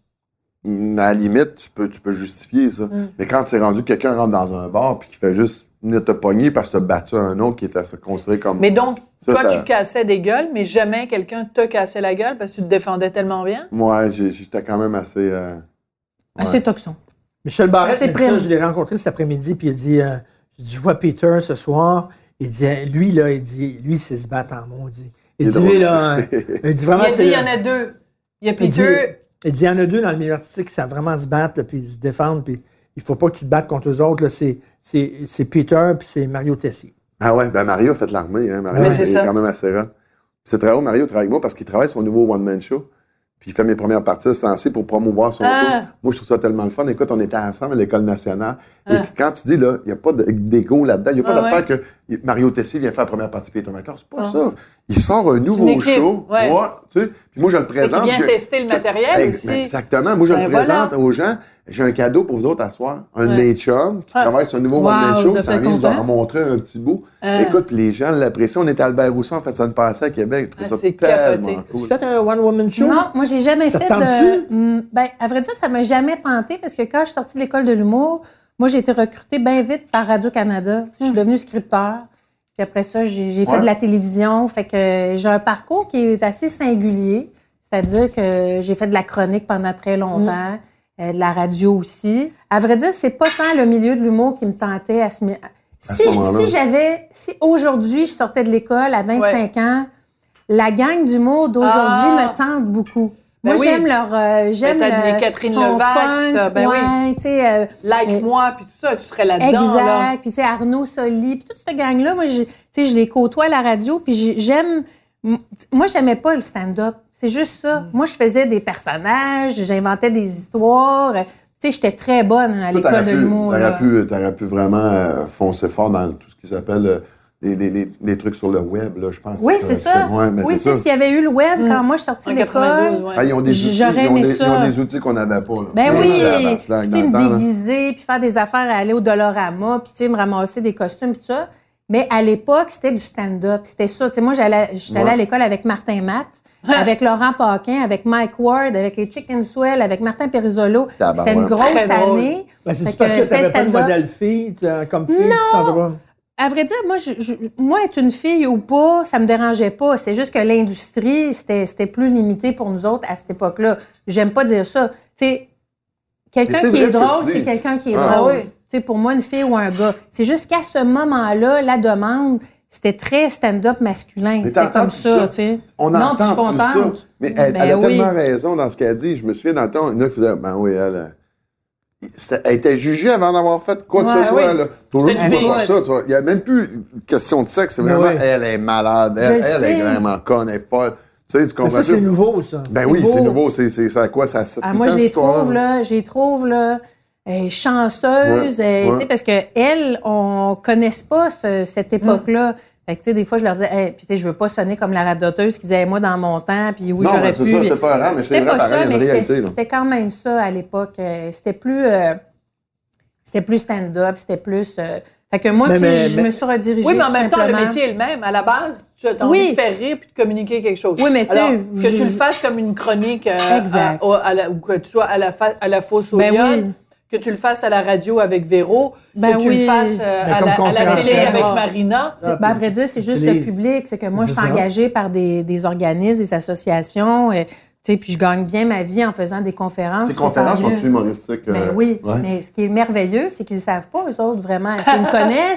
mm, à la limite, tu peux, tu peux justifier ça. Mais quand c'est rendu que quelqu'un rentre dans un bar puis qui fait juste venir te pogner parce que tu as battu un autre qui était considéré comme... Mais donc, Ça, toi, ça- tu cassais des gueules, mais jamais quelqu'un te cassait la gueule parce que tu te défendais tellement bien. Ouais, j'ai- j'étais quand même assez... euh, Assez toxon. Michel Barrette C'est m'a dit ça, prime. je l'ai rencontré cet après-midi, puis il a dit, euh, j'ai dit, je vois Peter ce soir. Il dit, euh, lui, là, il dit, lui, c'est se battre en maudit. Il C'est dit, lui, drôle, là, ça. euh, il dit Il vraiment, a dit, c'est... il y en a deux. Il y a Il dit, Peter. il dit, il y en a deux dans le milieu artistique qui savent vraiment se battre, là, puis ils se défendent, puis il faut pas que tu te battes contre eux autres, là. C'est, c'est, c'est Peter, puis c'est Mario Tessier. Ah ouais, ben Mario a fait l'armée. Hein. Mario Mais il c'est est ça. quand même assez rare. C'est très drôle, Mario travaille avec moi parce qu'il travaille son nouveau one-man show. Puis il fait mes premières parties à ce temps-ci pour promouvoir son Ah. show. Moi, je trouve ça tellement le fun. Écoute, on était ensemble à l'École nationale. Ah. Et quand tu dis, là, il n'y a pas de- d'égo là-dedans, il n'y a pas Ah d'affaire que Mario Tessier vient faire la première partie de Peter McCall. C'est pas Ah. ça. Il sort un nouveau équipe, show. ouais. Moi, tu sais, puis moi, je le Fait présente. qu'il vient je- tester le matériel Ex- aussi. ben, Exactement. Moi, je Ben le présente voilà. aux gens. J'ai un cadeau pour vous autres à soir. Un Ouais. de mes chums qui Ah. travaille sur un nouveau Wow, one-man show. de Ça fait vient nous en content. montrer un petit bout. Ah. Écoute, puis les gens l'apprécient. On était à Albert Rousseau, en fait, ça me passait à Québec. Je trouvais Ah, ça c'est tellement capoté. cool. Tu fait un one-woman show? Non, moi, j'ai jamais Ça fait te de. tente-tu? Hmm, ben, à vrai dire, ça m'a jamais tenté parce que quand je suis sortie de l'école de l'humour, moi, j'ai été recrutée bien vite par Radio-Canada. Je suis devenue scripteur. Puis après ça, j'ai j'ai fait Ouais. de la télévision. Fait que j'ai un parcours qui est assez singulier. C'est-à-dire que j'ai fait de la chronique pendant très longtemps, euh, de la radio aussi. À vrai dire, c'est pas tant le milieu de l'humour qui me tentait à ce mi- Si, ce moment-là. si j'avais, si aujourd'hui je sortais de l'école à vingt-cinq ans, la gang d'humour d'aujourd'hui Ah. me tente beaucoup. Ben Moi, oui. j'aime leur, euh, j'aime Ben, t'as le- des Catherine son Levac, funk, t'as- ben oui. ouais, tu sais, euh, Like mais- moi, puis tout ça, tu serais là-dedans. là. exact. Puis tu sais, Arnaud Soli, puis toute cette gang-là, moi, j'ai- tu sais, je les côtoie à la radio, puis j'ai- j'aime. m- Moi, j'aimais pas le stand-up. C'est juste ça. Mm. Moi, je faisais des personnages, j'inventais des histoires. Tu sais, j'étais très bonne à Toi, l'école t'aurais de pu- l'humour. T'aurais là. pu, t'aurais pu vraiment euh, foncer fort dans tout ce qui s'appelle euh, les, les, les, les trucs sur le web, là, je pense. Oui, que c'est tu ça. fais- Ouais, mais oui, c'est tu sais, ça. s'il y avait eu le web quand moi, je suis sortie En de quatre-vingt-douze, l'école. ouais. Ah, ils ont des outils, J'aurais ils ont aimé des, ça. ils ont des outils qu'on n'avait pas. Là. Ben Ça, oui, c'est la puis basse-langue tu dans sais, le me temps, là. déguiser, puis faire des affaires, à aller au Dollarama, puis tu sais, me ramasser des costumes, puis ça. Mais à l'époque, c'était du stand-up. C'était ça. Tu sais, moi, j'allais, j'étais allée Ouais. à l'école avec Martin Matt, avec Laurent Paquin, avec Mike Ward, avec les Chicken Swell, avec Martin Perizzolo. Tabarouette. C'était une grosse Très drôle. année. Ben, c'est Fait parce que c'était t'avais pas de stand-up. modèle fille, t'as- comme fille, tu te sentais pas. À vrai dire, moi, je, je- moi, être une fille ou pas, ça me dérangeait pas. C'est juste que l'industrie, c'était, c'était plus limité pour nous autres à cette époque-là. J'aime pas dire ça. Tu sais, quelqu'un Mais c'est qui vrai est ce que drôle, tu c'est dis. quelqu'un qui est Ah, drôle. oui. Tu sais, pour moi, une fille ou un gars. C'est juste qu'à ce moment-là, la demande, c'était très stand-up masculin. Mais C'était t'entends comme plus ça, ça. tu sais. On non, entend puis je suis plus contente. ça. Mais elle, Ben elle a oui. tellement raison dans ce qu'elle dit. Je me souviens dans le temps, il y en a qui faisaient, ben oui, elle, euh, c'était- elle était jugée avant d'avoir fait quoi que Ouais, ce soit. oui. Là. Toujours, C'était tu une vois pas fille. ça, tu vois. Il n'y a même plus une question de sexe. C'est Mais vraiment, ouais. elle est malade. Elle, Je elle sais. est vraiment conne, elle est folle. Tu sais, tu Mais comprends ça, c'est ça? nouveau, ça. Ben C'est oui, beau. c'est nouveau. C'est, c'est, c'est à quoi? Ça a sept, Ah, huit moi, ans, je les cette histoire-là. trouve, là, je les trouve, là, euh, chanceuses, Ouais, euh, tu ouais. sais, parce que elles, on connaisse pas ce- cette époque-là. Fait que, tu sais, des fois, je leur dis, hey, puis tu sais, je veux pas sonner comme la radoteuse qui disait, hey, moi, dans mon temps, puis oui, Non, j'aurais mais c'est pu. ça, puis- c'était pas rare, mais c'est C'était vrai, pas pareil, ça, il y a mais une c'était, réalité, là. c'était quand même ça à l'époque. Euh, C'était plus, euh, c'était plus stand-up, c'était plus. euh, Fait que moi, Mais- tu sais, mais- je mais- me suis redirigée. Oui, mais en tout même temps, le simplement. métier est le même. À la base, tu as Oui. envie de faire rire puis de communiquer quelque chose. Oui, mais tu sais, Alors, que je- tu le fasses comme une chronique euh, Exact. à- à la- ou que tu sois à la, fa- à la fausse au Ben lion, oui. que tu le fasses à la radio avec Véro, Ben que tu oui. le fasses euh, Ben, à, comme la, à la conférencière. télé avec Ah. Marina. Ah, Ben, à vrai dire, c'est juste le utilise. public. C'est que moi, je C'est suis ça. engagée par des, des organismes, des associations. euh, tu sais, puis je gagne bien ma vie en faisant des conférences. Tes c'est tant conférences mieux. sont-tu humoristiques? Ben euh, oui, ouais? mais ce qui est merveilleux, c'est qu'ils ne savent pas, eux autres, vraiment. Ils me connaissent,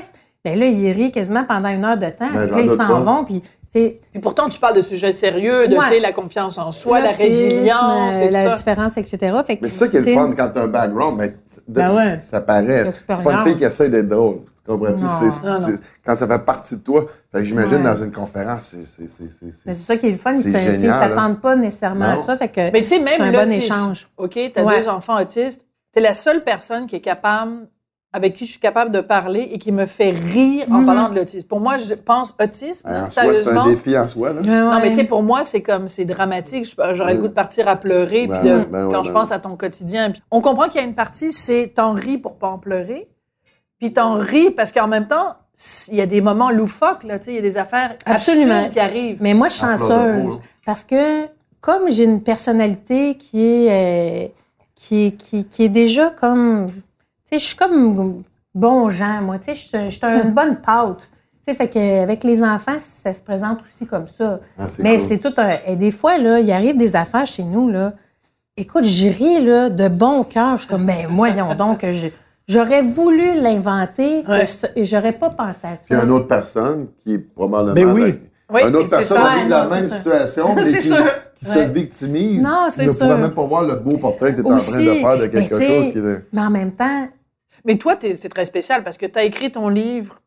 Ben là, ils rient quasiment pendant une heure de temps. Ben, Puis là, ils j'en doute s'en pas. vont, puis, tu sais, Puis pourtant, tu parles de sujets sérieux, de Ouais. tu sais, la confiance en soi, la l'autisme, résilience, euh, et la tout ça. différence, et cetera. Fait que, Mais c'est ça qui est tu sais, le fun quand t'as un background, mais de- Ben ouais. ça paraît. L'expérience. C'est pas une fille qui essaie d'être drôle. Tu comprends-tu? Non. C'est- Non, non. c'est- Quand ça fait partie de toi. Fait que j'imagine Ouais. dans une conférence, c'est. c'est- c'est- c'est- Mais c'est- c'est ça qui est le fun, C'est ils ne génial, hein. s'attendent pas nécessairement à Non. ça. Fait que Mais tu sais, même c'est un bon l'autisme, échange. OK, t'as Ouais. deux enfants autistes, t'es la seule personne qui est capable, avec qui je suis capable de parler et qui me fait rire en Mhm. parlant de l'autisme. Pour moi, je pense autisme, En là, soi, c'est un sérieusement. défi en soi, là. Non, mais tu sais, pour moi, c'est comme, c'est dramatique. Je- J'aurais le goût de partir à pleurer, Ben puis de, ouais, ben ouais, quand ben je pense ouais. à ton quotidien. Puis on comprend qu'il y a une partie, c'est t'en ris pour pas en pleurer, puis t'en ris parce qu'en même temps, il y a des moments loufoques, là, tu sais, il y a des affaires Absolument. absurdes qui arrivent. Mais moi, je suis En fleur de peau, chanceuse là. parce que comme j'ai une personnalité qui est, euh, qui, est- qui, qui est déjà comme... Tu sais, je suis comme bon gens, moi. Tu sais, je suis- je suis une bonne pâte. Tu sais, fait qu'avec les enfants, ça se présente aussi comme ça. Ah, c'est Mais cool. c'est tout un... Et des fois, là, il arrive des affaires chez nous, là. Écoute, je ris, là, de bon cœur. Je suis comme, ben, voyons donc, que je- j'aurais voulu l'inventer Ouais. que ça- et j'aurais pas pensé à ça. Puis une autre personne qui est probablement. Mais oui. avec- Oui, une autre c'est personne ça. qui vit la Non, c'est même ça. situation, mais C'est qui, sûr. qui se Ouais. victimise. Non, c'est ne pourrait sûr. même pas voir le beau portrait que tu es en Aussi, train de faire de mais quelque tu sais, chose qui est. Mais en même temps, Mais toi, t'es- c'est très spécial parce que tu as écrit ton livre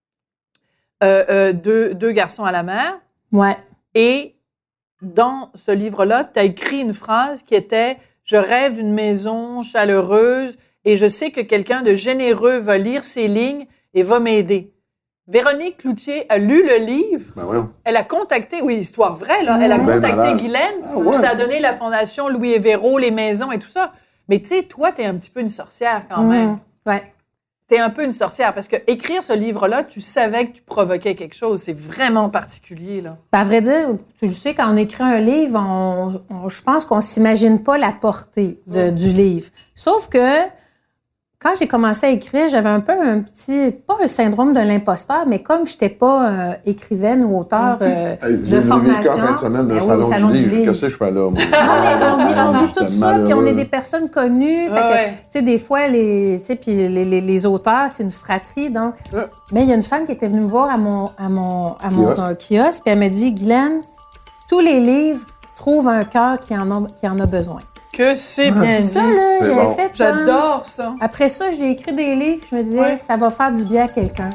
euh, euh, deux, deux garçons à la mer ouais. et dans ce livre-là, tu as écrit une phrase qui était « Je rêve d'une maison chaleureuse et je sais que quelqu'un de généreux va lire ces lignes et va m'aider. » Véronique Cloutier a lu le livre. Ben voyons. Elle a contacté, oui, histoire vraie, là. Elle a Ben contacté malade. Guylaine. Ah ouais. Puis ça a donné la fondation Louis et Véro, les maisons et tout ça. Mais tu sais, toi, t'es un petit peu une sorcière quand même. Mhm. Ouais. T'es un peu une sorcière parce que écrire ce livre-là, tu savais que tu provoquais quelque chose. C'est vraiment particulier, là. Ben, à vrai dire, tu le sais, quand on écrit un livre, on, on- je pense qu'on s'imagine pas la portée de- du livre. Sauf que quand j'ai commencé à écrire, j'avais un peu un petit, pas un syndrome de l'imposteur, mais comme je n'étais pas euh, écrivaine ou auteur euh, Hey, de J'ai vécu formation. en fin de semaine d'un Ben oui, salon, au salon du du livre. livre. Qu'est-ce que je fais là, moi? On, est- on vit, on vit tout J'étais ça, puis on malheureux. est des personnes connues. Fait que, Ouais. tu sais, des fois, les, tu sais, puis les, les, les auteurs, c'est une fratrie. Donc, Ouais. mais il y a une femme qui était venue me voir à mon, à mon, à mon Kiosque. euh, kiosque, puis elle me dit, Guylaine, tous les livres trouvent un cœur qui en a, qui en a besoin. Que c'est bien Ça, dit. là, C'est j'avais bon. fait. J'adore ça. comme- Après ça, j'ai écrit des livres, je me disais, Ouais. ça va faire du bien à quelqu'un.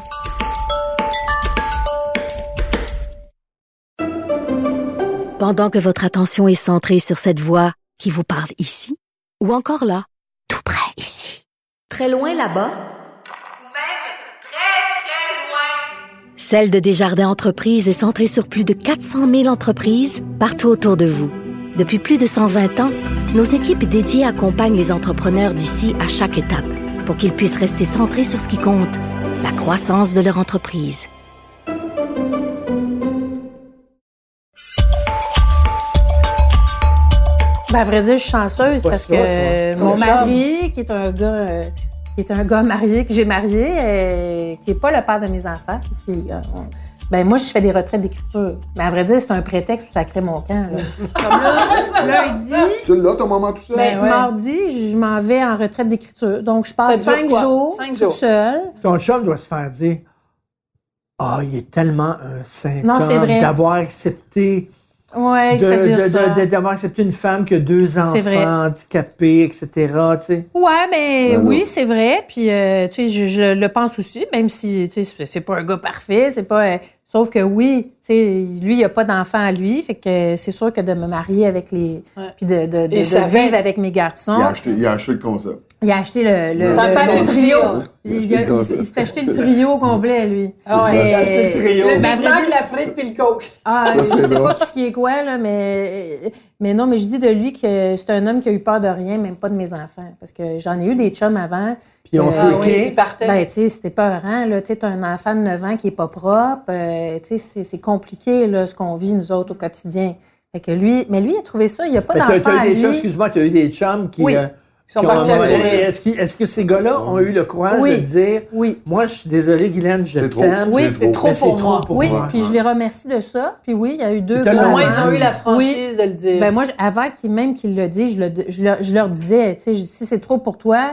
Pendant que votre attention est centrée sur cette voix qui vous parle ici, ou encore là, tout près ici, très loin là-bas, Ou même très, très loin. Celle de Desjardins Entreprises est centrée sur plus de quatre cent mille entreprises partout autour de vous. Depuis plus de cent vingt ans, nos équipes dédiées accompagnent les entrepreneurs d'ici à chaque étape pour qu'ils puissent rester centrés sur ce qui compte, la croissance de leur entreprise. Ben, à vrai dire, je suis chanceuse Pas parce ça, que toi. euh, Ton mon chum. mari, qui est un gars, euh, qui est un gars marié, que j'ai marié, euh, qui n'est pas le père de mes enfants, qui, euh, on- ben moi, je fais des retraites d'écriture. Mais à vrai dire, c'est un prétexte pour sacrer mon camp. Là. Comme là, lundi, C'est là ton moment tout seul? ben, ouais. mardi, je m'en vais en retraite d'écriture. Donc, je passe Ça dure cinq quoi? jours, Cinq toute jours. seule. Ton chum doit se faire dire ah, il est tellement un saint Non, c'est homme vrai. d'avoir accepté Ouais, il de- se fait dire de- ça. de- de- d'avoir accepté une femme qui a deux enfants vrai. handicapés, et cetera. Tu sais. Ouais, mais Ben oui, non. c'est vrai. Puis, euh, tu sais, je, je le pense aussi, même si, tu sais, c'est- c'est pas un gars parfait, c'est pas... euh, sauf que oui, tu sais, lui, il a pas d'enfant à lui, fait que c'est sûr que de me marier avec les... Ouais. Puis de, de, de, Et de ça vivre fait- avec mes garçons. Il a acheté, il a acheté le concept. Il a acheté le... le, T'as le- pas le le trio. trio. Il, a- il, s- il s'est acheté le trio au complet, lui. Ah ouais. Mais- Il a acheté le trio. Le Ben, à Big vrai Mac, dire- la frite puis le coke. Ah, Ça, je c'est sais drôle. pas ce qui est quoi, là, mais, mais non, mais je dis de lui que c'est un homme qui a eu peur de rien, même pas de mes enfants. Parce que j'en ai eu des chums avant. Puis on que- fait Ah oui, il partait. Ben, tu sais, c'était peurant, là. Tu sais, t'as un enfant de neuf ans qui est pas propre. euh, tu sais, c'est- c'est compliqué, là, ce qu'on vit, nous autres, au quotidien. Fait que lui, mais lui, il a trouvé ça. Il n'y a pas Mais t'as, d'enfant t'as à eu des lui. chums, excuse-moi, tu as eu des chums qui. Oui. euh, Ils sont qui ont- partis à ouais, courir. est-ce, qu'ils- est-ce que ces gars-là ont eu le courage Oui. de dire Oui. moi, je suis désolé, Guylaine, je C'est trop. t'aime. Oui, C'est c'est trop mais pour c'est moi. trop pour Oui, moi. puis je les remercie de ça. Puis oui, il y a eu deux Puis t'as gars. le Au moins, avant. ils ont eu la franchise de le dire. Ben moi, je- avant qu'ils même qu'ils le disent, je, le- je leur, je leur disais, tu sais, je- si c'est trop pour toi,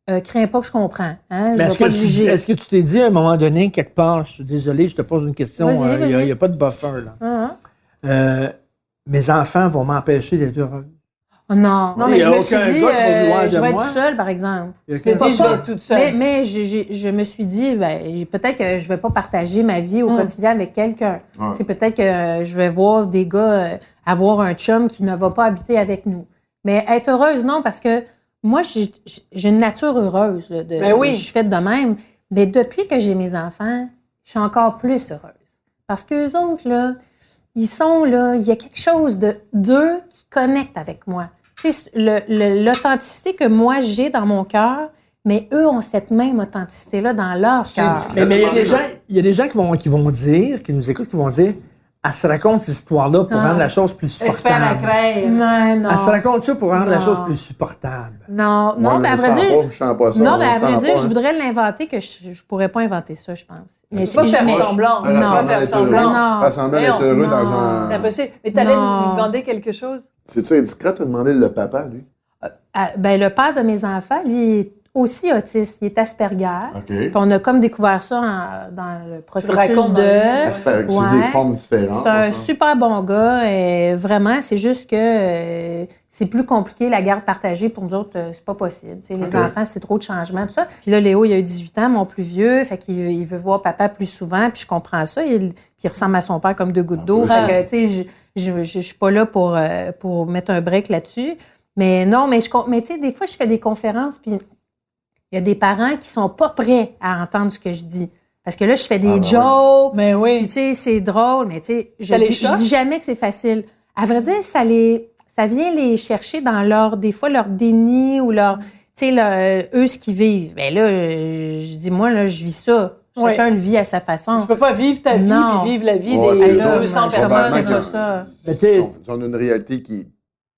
Euh, crains pas que je comprends. Hein? Je Mais vais est-ce pas que, te tu, juger. est-ce que tu t'es dit à un moment donné, quelque part, je suis désolé, je te pose une question, Vas-y, il n'y a, vas-y. y a pas de buffer, là. Ah, Euh, mes enfants vont m'empêcher d'être heureux. ah. Non, non, Il mais y a je me aucun suis gars dit, qui va vouloir euh, de je vais moi. être seule, par exemple. Il y a Tu t'es aucun- dit, je vais être toute seule. Mais, mais j'ai- j'ai- je me suis dit, ben, peut-être que je vais pas partager ma vie au Mm. quotidien avec quelqu'un. Ouais. C'est peut-être que euh, je vais voir des gars euh, avoir un chum qui ne va pas habiter avec nous. Mais être heureuse, non, parce que moi, j'ai j'ai une nature heureuse. là, de, Ben oui. Je suis faite de même. Mais depuis que j'ai mes enfants, je suis encore plus heureuse. Parce qu'eux autres, là, ils sont là, il y a quelque chose de d'eux qui connecte avec moi. Tu sais, le- le- l'authenticité que moi j'ai dans mon cœur, mais eux ont cette même authenticité-là dans leur C'est cœur. discret. Mais mais il y a des gens, il y a des gens qui vont, qui vont dire, qui nous écoutent, qui vont dire, elle se raconte cette histoire-là pour Ah. rendre la chose plus Elle se fait à la supportable. crème. Non, non. Elle se raconte ça pour rendre la Non. chose plus supportable. Non, non, Moi, mais je à le vrai sens dire. pas, je sens pas ça, non, on mais à le vrai sent dire, pas, je hein. voudrais l'inventer que je, je pourrais pas inventer ça, je pense. Mais Tu peux pas faire mais- semblant. Faire Non. semblant Faire d'être semblant. heureux. Non. Faire semblant d'être Mais heureux non. dans un... C'est impossible. Mais t'allais Non. lui demander quelque chose? C'est-tu indiscret de demander le papa, lui? Ah, ben, le père de mes enfants, lui, il est aussi autiste. Il est Asperger. OK. Puis on a comme découvert ça en- dans le processus racontes dans le livre. de... Asperger, c'est Ouais. des formes différentes. C'est un ça. super bon gars. Et vraiment, c'est juste que euh, c'est plus compliqué. La garde partagée, pour nous autres, euh, c'est pas possible. Tu sais, les OK. enfants, c'est trop de changements, tout ça. Puis là, Léo, il a eu dix-huit ans, mon plus vieux. Fait qu'il il veut voir papa plus souvent. Puis je comprends ça. Il, puis il ressemble à son père comme deux gouttes d'eau. Ah. Fait que, tu sais, je, je, je, je suis pas là pour, euh, pour mettre un break là-dessus. Mais non, mais, je, mais tu sais, des fois, je fais des conférences, puis il y a des parents qui sont pas prêts à entendre ce que je dis. Parce que là, je fais des Ah, ben jokes, Mais puis oui. tu sais, c'est drôle, mais tu sais, je, Ça les dis- je choque? dis jamais que c'est facile. À vrai dire, ça les, ça vient les chercher dans leur, des fois, leur déni ou leur, tu sais, leur- eux, ce qu'ils vivent. Mais là, euh, je dis, moi, là, je vis ça. Oui. Chacun le vit à sa façon. Tu peux pas vivre ta vie Non. puis vivre la vie Ouais, des puis là, deux cents moi, je personnes. comprends que- pas ça. Mais Ils t'es- ont, ils ont une réalité qui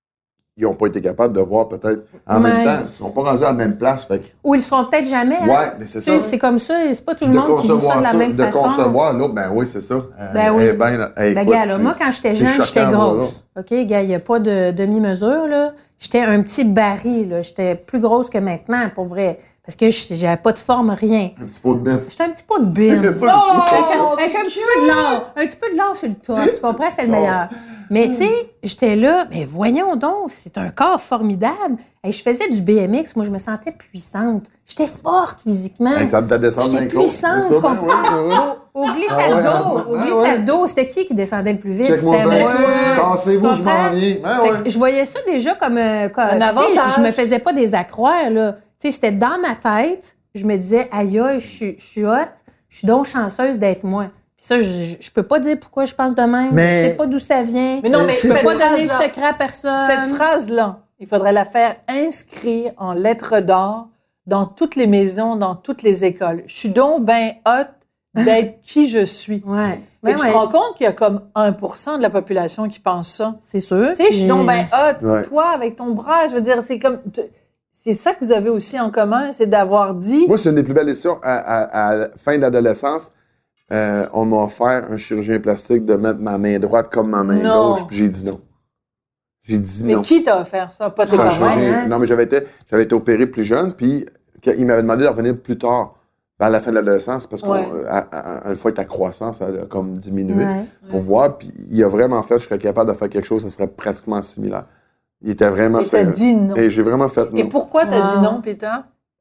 ils n'ont pas été capables de voir peut-être en Ouais. même temps. Ils sont pas rendus à la même place. Fait que, Ou ils seront peut-être jamais. hein. ouais, mais c'est Tu sais, ça. C'est comme ça, c'est pas tout Puis le de monde qui vit ça concevoir de la ça, même de façon. concevoir l'autre, ben oui, c'est ça. Ben oui. Eh ben, là, hey, Ben, écoute, gars, là, c'est- moi, quand j'étais c'est jeune, choquant j'étais de voir grosse. OK, gars, il n'y a pas de demi-mesure, là. J'étais un petit baril, là. J'étais plus grosse que maintenant, pour vrai. Parce que j'avais pas de forme, rien. Un petit pot de bête. J'étais un petit pot de bine. C'est ça que je trouve ça. Avec, un- avec un petit peu de l'or. Un petit peu de l'or sur le top. Tu comprends? C'est le meilleur. Mais tu sais, j'étais là, mais voyons donc, c'est un corps formidable. Et je faisais du B M X, moi, je me sentais puissante. J'étais forte physiquement. Hey, ça me t'a descendu J'étais d'un coup. puissante, C'est tu ça, ben comprends? oui, oui, oui. Au, au Ah glissade ouais, d'eau, ah au ouais. glissade d'eau, c'était qui qui descendait le plus vite? Check-moi C'était bien. moi. Tassez-vous, je m'en Comprends? viens. Ben Fait ouais. que je voyais ça déjà comme, euh, comme Un puis, tu sais, avantage. je me faisais pas des accroires, là. Tu sais, c'était dans ma tête. Je me disais, aïe, aïe, je suis- je suis hot. Je suis donc chanceuse d'être moi. Puis ça, je, je peux pas dire pourquoi je pense de même. Mais- Je sais pas d'où ça vient. Mais non, mais je peux cette pas donner le phrase-là- secret à personne. Cette phrase-là, il faudrait la faire inscrire en lettres d'or dans toutes les maisons, dans toutes les écoles. Je suis donc ben hot d'être qui je suis. Ouais. Fait Ouais, que ouais. tu te rends compte qu'il y a comme un pour cent de la population qui pense ça. C'est sûr. Tu sais, je suis Puis- donc ben hot. Ouais. Toi, avec ton bras, je veux dire, c'est comme... C'est ça que vous avez aussi en commun, c'est d'avoir dit... Moi, c'est une des plus belles décisions. À, à, à la fin d'adolescence, euh, on m'a offert un chirurgien plastique de mettre ma main droite comme ma main Non. gauche, puis j'ai dit non. J'ai dit mais non. qui t'a offert ça? Pas tes C'est un parents, chirurgien- hein? Non, mais j'avais été, j'avais été opéré plus jeune, puis que- il m'avait demandé de revenir plus tard, vers la fin de l'adolescence, parce Ouais. qu'une fois que ta croissance a comme diminué, Ouais. pour voir, puis il a vraiment fait, je serais capable de faire quelque chose, ça serait pratiquement similaire. Il était vraiment... Et t'as dit non. Et j'ai vraiment fait Et non. pourquoi t'as Wow. dit non, Peter?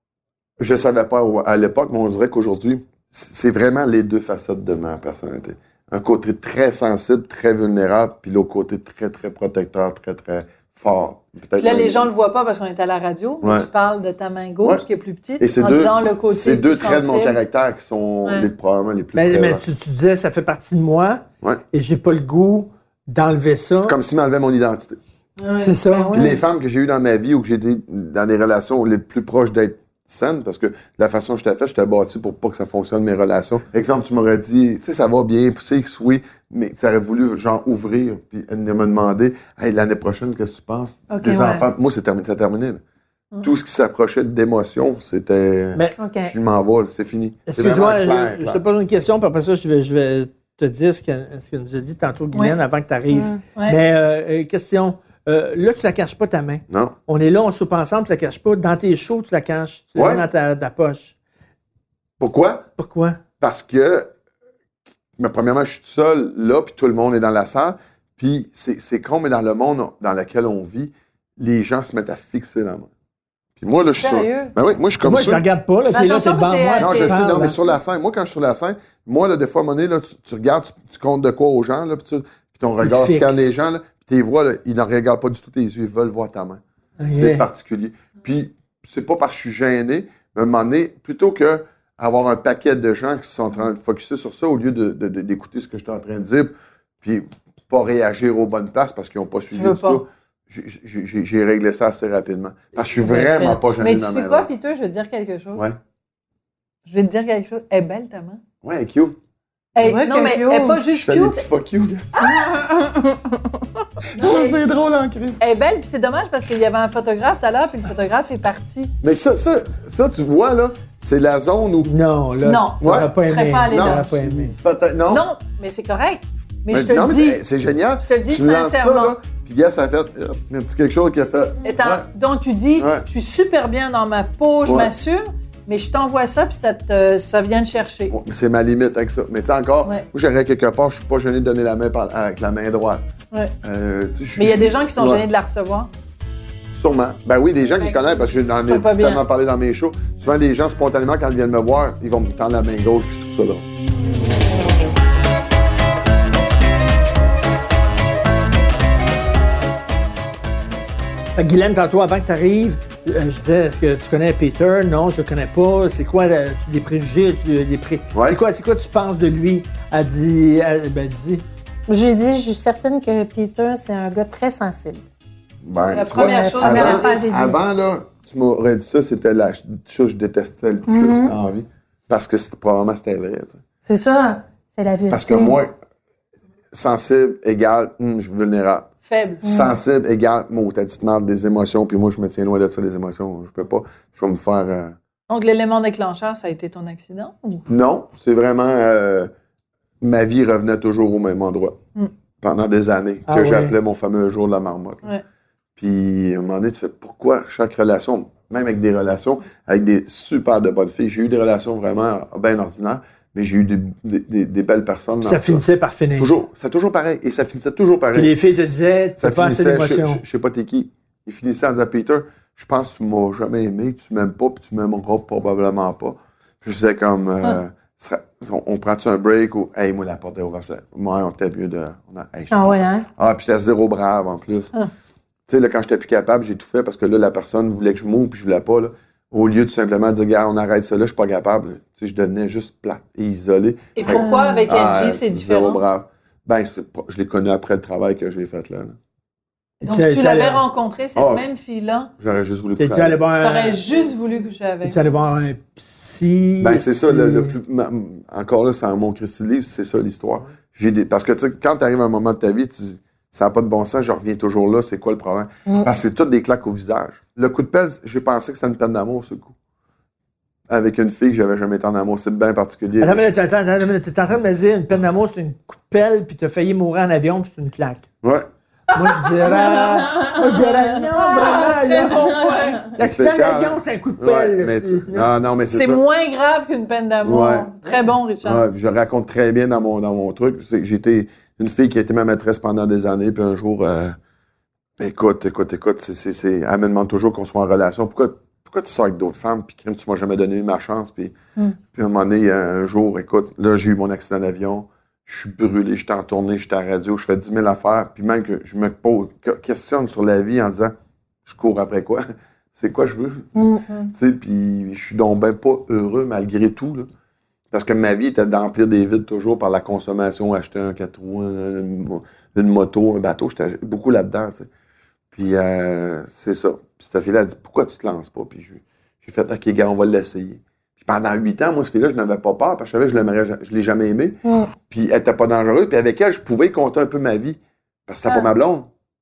Je savais pas au- à l'époque, mais on dirait qu'aujourd'hui, c- c'est vraiment les deux facettes de ma personnalité. Un côté très sensible, très vulnérable, puis l'autre côté très, très protecteur, très, très fort. Peut-être Là, même- les gens le voient pas parce qu'on est à la radio, mais Ouais. tu parles de ta main gauche Ouais. qui est plus petite, Et c'est en deux, disant le côté c'est deux plus traits de mon sensible. caractère qui sont Ouais. les, probablement les plus Mais, mais présents. tu, tu disais, ça fait partie de moi Ouais. et j'ai pas le goût d'enlever ça. C'est comme s'il m'enlevait mon identité. Ouais. C'est ça. Ben Puis ouais. les femmes que j'ai eues dans ma vie ou que j'ai été dans des relations les plus proches d'être saine, parce que de la façon que je t'ai fait, je t'ai bâti pour pas que ça fonctionne, mes relations. Exemple, tu m'aurais dit, tu sais, ça va bien, puis c'est que oui, mais tu aurais voulu, genre, ouvrir, puis elle me demander, hey, l'année prochaine, qu'est-ce que tu penses? Ok, Tes ouais. enfants, moi, c'est terminé, c'est terminé, là. Tout ce qui s'approchait d'émotion, c'était, Mais OK. je m'en vais, là, c'est fini. C'est excuse-moi, vraiment clair, je, je clair. te pose une question, puis après ça, je vais, je vais te dire ce qu'elle ce qu'elle nous a dit tantôt, Guylaine, avant que tu arrives. Mm. Ouais. Mais euh, euh, question, Euh, là, tu la caches pas ta main. Non. On est là, on soupe ensemble, tu la caches pas. Dans tes shows, tu la caches. Tu la Ouais. mets dans ta, ta poche. Pourquoi? Pourquoi? Parce que, mais premièrement, je suis tout seul là, puis tout le monde est dans la salle. Puis c'est, c'est con, mais dans le monde dans lequel on vit, les gens se mettent à fixer la main. Puis moi, là, je suis sur... Sérieux? Ben oui, moi, je suis comme Moi, ça. je ne regarde pas. Là, Mais t'es là, attention, t'es devant parce que moi. t'es- Non, tu je sais, parles, non, mais là. sur la scène, moi, quand je suis sur la scène, moi, là, des fois, à un moment donné, là, tu, tu regardes, tu, tu comptes de quoi aux gens, là, puis, tu, puis ton regard fixe. scanne les gens, là, puis tes voix, là, ils ne regardent pas du tout tes yeux, ils veulent voir ta main. Ok. C'est particulier. Puis, c'est pas parce que je suis gêné, mais à un moment donné, plutôt que avoir un paquet de gens qui sont en train de focusser sur ça, au lieu de, de- de- d'écouter ce que je suis en train de dire, puis pas réagir aux bonnes places parce qu'ils n'ont pas suivi veux du pas. tout, j'ai, j'ai- j'ai- j'ai réglé ça assez rapidement. Parce que je suis Bien vraiment fait. pas gêné Mais tu dans sais ma quoi, main. Peter, je vais te dire quelque chose. Ouais. Je vais te dire quelque chose. Elle est belle, ta main. Ouais, cute. Elle- vrai non, que mais cute. elle est pas Je juste fais des cute. petits fuck you, gars. Ça, c'est drôle en crise. Elle est belle, puis c'est dommage parce qu'il y avait un photographe tout à l'heure, puis le photographe est parti. Mais ça, ça, ça, tu vois, là, c'est la zone où. Non, là. Non. T'aurais Ouais. pas Je serais aimé. pas allé T'aurais là. pas aimé. Peut-être, non. Non, mais c'est correct. Mais, Mais je te non, le mais dis. c'est, c'est génial. Je te le dis tu lances sincèrement. ça, là, puis gars, ça a fait euh, un petit quelque chose qui a fait. Étant- Ouais. Donc, tu dis, Ouais. je suis super bien dans ma peau, je Ouais. m'assume, mais je t'envoie ça, puis ça, te, ça vient te chercher. Bon, c'est ma limite avec ça. Mais tu sais, encore, Ouais. moi, j'aimerais quelque part, je suis pas gêné de donner la main par- avec la main droite. Ouais. Euh, tu sais, je- Mais il y a des gens qui sont Ouais. gênés de la recevoir. Sûrement. Ben oui, des gens qui Ouais. connaissent, parce que j'en Ils sont ai pas bien. tellement parlé dans mes shows. Souvent, des gens, spontanément, quand ils viennent me voir, ils vont me tendre la main gauche, puis tout ça, là. Fait que Guylaine, tantôt, avant que tu arrives, je disais, est-ce que tu connais Peter? Non, je le connais pas. C'est quoi euh, tu, des préjugés? Tu, des pré... Ouais. C'est quoi, c'est quoi tu penses de lui? Elle dit, elle, ben, elle dit. J'ai dit, je suis certaine que Peter, c'est un gars très sensible. Ben, La tu première vois, chose, avant, la première affaire, j'ai dit. avant, là, tu m'aurais dit ça, c'était la chose que je détestais le plus Mhm. dans la vie. Parce que c'était, probablement, c'était vrai. tu sais. C'est ça. C'est la vérité. Parce que moi, sensible égale, hum, je suis vulnérable. Faible. Sensible égale, moi, t'as dit de des émotions, puis moi, je me tiens loin de ça, les émotions. Je peux pas. Je vais me faire. euh, Donc, l'élément déclencheur, ça a été ton accident? Ou... Non, c'est vraiment. euh, ma vie revenait toujours au même endroit. Mm. Pendant des années, Ah que ouais. j'appelais mon fameux jour de la marmotte. Ouais. Puis, à un moment donné, tu fais pourquoi chaque relation, même avec des relations, avec des super de bonnes filles, j'ai eu des relations vraiment bien ordinaires, mais j'ai eu des, des, des- des belles personnes. Puis dans ça ça. finissait par finir. Toujours. C'est toujours pareil. Et ça finissait toujours pareil. Puis les filles te disaient, Ça t'as pas assez finissait, je, d'émotion. je- je sais pas t'es qui. Il finissait en disant, Peter, je pense que tu m'as jamais aimé, que tu m'aimes pas, puis tu m'aimeras probablement pas. Puis je faisais comme, euh, sera- on, on prend-tu un break ou, hey, moi, la porte est ouverte. Moi, on était mieux de. On a, hey, je- Ah ouais, hein? Ah, puis j'étais zéro brave en plus. Tu sais, là, quand j'étais plus capable, j'ai tout fait parce que là, la personne voulait que je m'ouvre, puis je voulais pas, là. Au lieu de simplement dire, gars, on arrête ça là, je suis pas capable. Tu sais, je devenais juste plate et isolé. Et Fait- pourquoi, avec Ah, Angie, c'est Zéro différent? brave. Ben, c'est pas- je l'ai connu après le travail que j'ai fait là. là. Donc, Tu- tu tu l'avais allais- rencontré, cette Ah. même fille-là, J'aurais juste voulu T'es- coucher Tu allais avec. voir un, t'aurais juste voulu coucher avec. tu allais voir un psy. Ben, c'est ça, le, psy- le plus. ma- encore là, c'est un mon Christy livre, c'est ça l'histoire. J'ai des, parce que, tu sais, quand t'arrives à un moment de ta vie, tu dis, ça n'a pas de bon sens, je reviens toujours là, c'est quoi le problème? Parce que c'est tout des claques au visage. Le coup de pelle, j'ai pensé que c'était une peine d'amour, ce coup. Avec une fille que j'avais jamais été en amour, c'est bien particulier. Attends, mais attends, attends, attends, t'es en train de me dire, une peine d'amour, c'est un coup de pelle, puis t'as failli mourir en avion, puis c'est une claque. Ouais. Moi, je dirais. Moi, je dirais, non, vraiment, Très là. bon point. L'accident spécial, d'avion, hein? c'est un coup de Ouais, pelle. mais là, tu- c'est- non, non, mais c'est C'est ça. moins grave qu'une peine d'amour. Ouais. Très bon, Richard. Ouais, puis je raconte très bien dans mon, dans mon truc. C'est que j'étais une fille qui a été ma maîtresse pendant des années, puis un jour, euh, écoute, écoute, écoute, c'est, c'est, c'est, elle me demande toujours qu'on soit en relation. Pourquoi, pourquoi tu sors avec d'autres femmes, puis crime, tu m'as jamais donné ma chance, puis, Mm. puis à un moment donné, un jour, écoute, là, j'ai eu mon accident d'avion, je suis brûlé, j'étais en tournée, j'étais à la radio, je fais dix mille affaires, puis même que je me pose, que- questionne sur la vie en disant, je cours après quoi? C'est quoi je veux? Tu sais, puis je suis donc ben pas heureux malgré tout, là. Parce que ma vie était d'emplir des vides toujours par la consommation, acheter un quatre roues, une, une moto, un bateau. J'étais beaucoup là-dedans, tu sais. Puis euh, c'est ça. Puis cette fille-là a dit, pourquoi tu te lances pas? Puis j'ai, j'ai fait, OK, gars, on va l'essayer. Puis pendant huit ans, moi, cette fille-là, je n'avais pas peur parce que je savais que je l'aimerais, ja- je l'ai jamais aimée. Mm. Puis elle était pas dangereuse. Puis avec elle, je pouvais compter un peu ma vie. Parce que c'était Ah. pas ma blonde.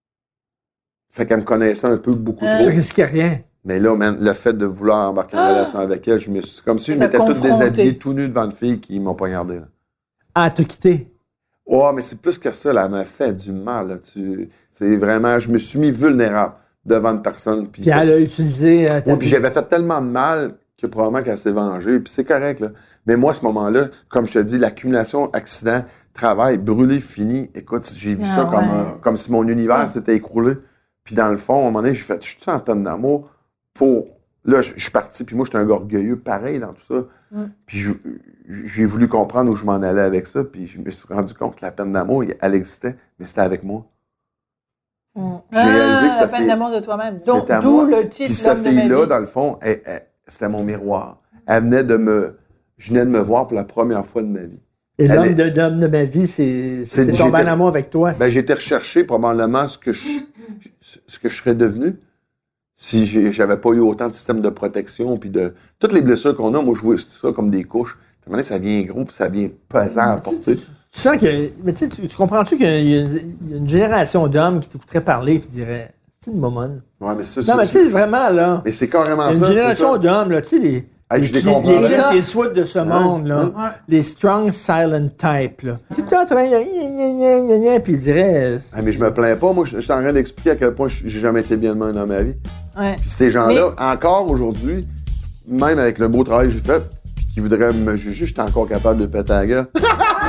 Fait qu'elle me connaissait un peu beaucoup Ah. trop. Tu risquais rien. Mais là, man, le fait de vouloir embarquer en Ah! relation avec elle, je me suis, comme si je T'as m'étais tout confronté. déshabillé tout nu devant une fille qui m'ont pas regardé. Là. Ah, t'as quitté. Oh, mais c'est plus que ça, là. Elle m'a fait du mal, là. Tu... C'est vraiment... Je me suis mis vulnérable devant une personne. Puis, puis ça... elle a utilisé... Euh, oui, puis j'avais fait tellement de mal que probablement qu'elle s'est vengée. Puis c'est correct, là. Mais moi, à ce moment-là, comme je te dis, l'accumulation accident, travail, brûlé, fini. Écoute, j'ai vu Ah, ça ouais. comme, euh, comme si mon univers ouais. s'était écroulé. Puis dans le fond, à un moment donné, j'ai fait, je suis en peine d'amour pour... Là, je suis parti, puis moi, j'étais un gars orgueilleux, pareil dans tout ça. Mm. Puis je, j'ai voulu comprendre où je m'en allais avec ça, puis je me suis rendu compte que la peine d'amour, elle existait, mais c'était avec moi. Mm. J'ai réalisé ah, que c'était la peine fille... d'amour de toi-même. Donc, c'était d'où moi. le titre. Puis cette fille-là, dans le fond, elle, elle, c'était mon miroir. Elle venait de me... Je venais de me voir pour la première fois de ma vie. Et elle l'homme est... de, d'homme de ma vie, c'est, c'est tombé en amour avec toi. Ben, j'ai été rechercher probablement ce que je, ce que je serais devenu si j'avais pas eu autant de systèmes de protection puis de... Toutes les blessures qu'on a, moi, je vois ça comme des couches. À un moment donné, ça vient gros puis ça vient pesant à porter. Tu, tu, tu sens que... Mais tu, tu comprends-tu qu'il y a, il y a une génération d'hommes qui t'écouteraient parler puis diraient « C'est une momone. » Ouais, mais c'est Non, ça. mais tu sais, vraiment, là... Mais c'est carrément une ça. Une génération d'hommes, là, tu sais, les... Hey, les, je les les, comprends. les gens qui souhaitent de ce monde, là. Ouais. Les strong silent type, là. Puis t'es en train de... Puis ils diraient... Ah, mais je me plains pas. Moi, je suis en train d'expliquer à quel point j'ai jamais été bien de main dans ma vie. Ouais. Puis ces gens-là, mais... encore aujourd'hui, même avec le beau travail que j'ai fait, qui voudraient me juger, j'étais encore capable de péter la gueule.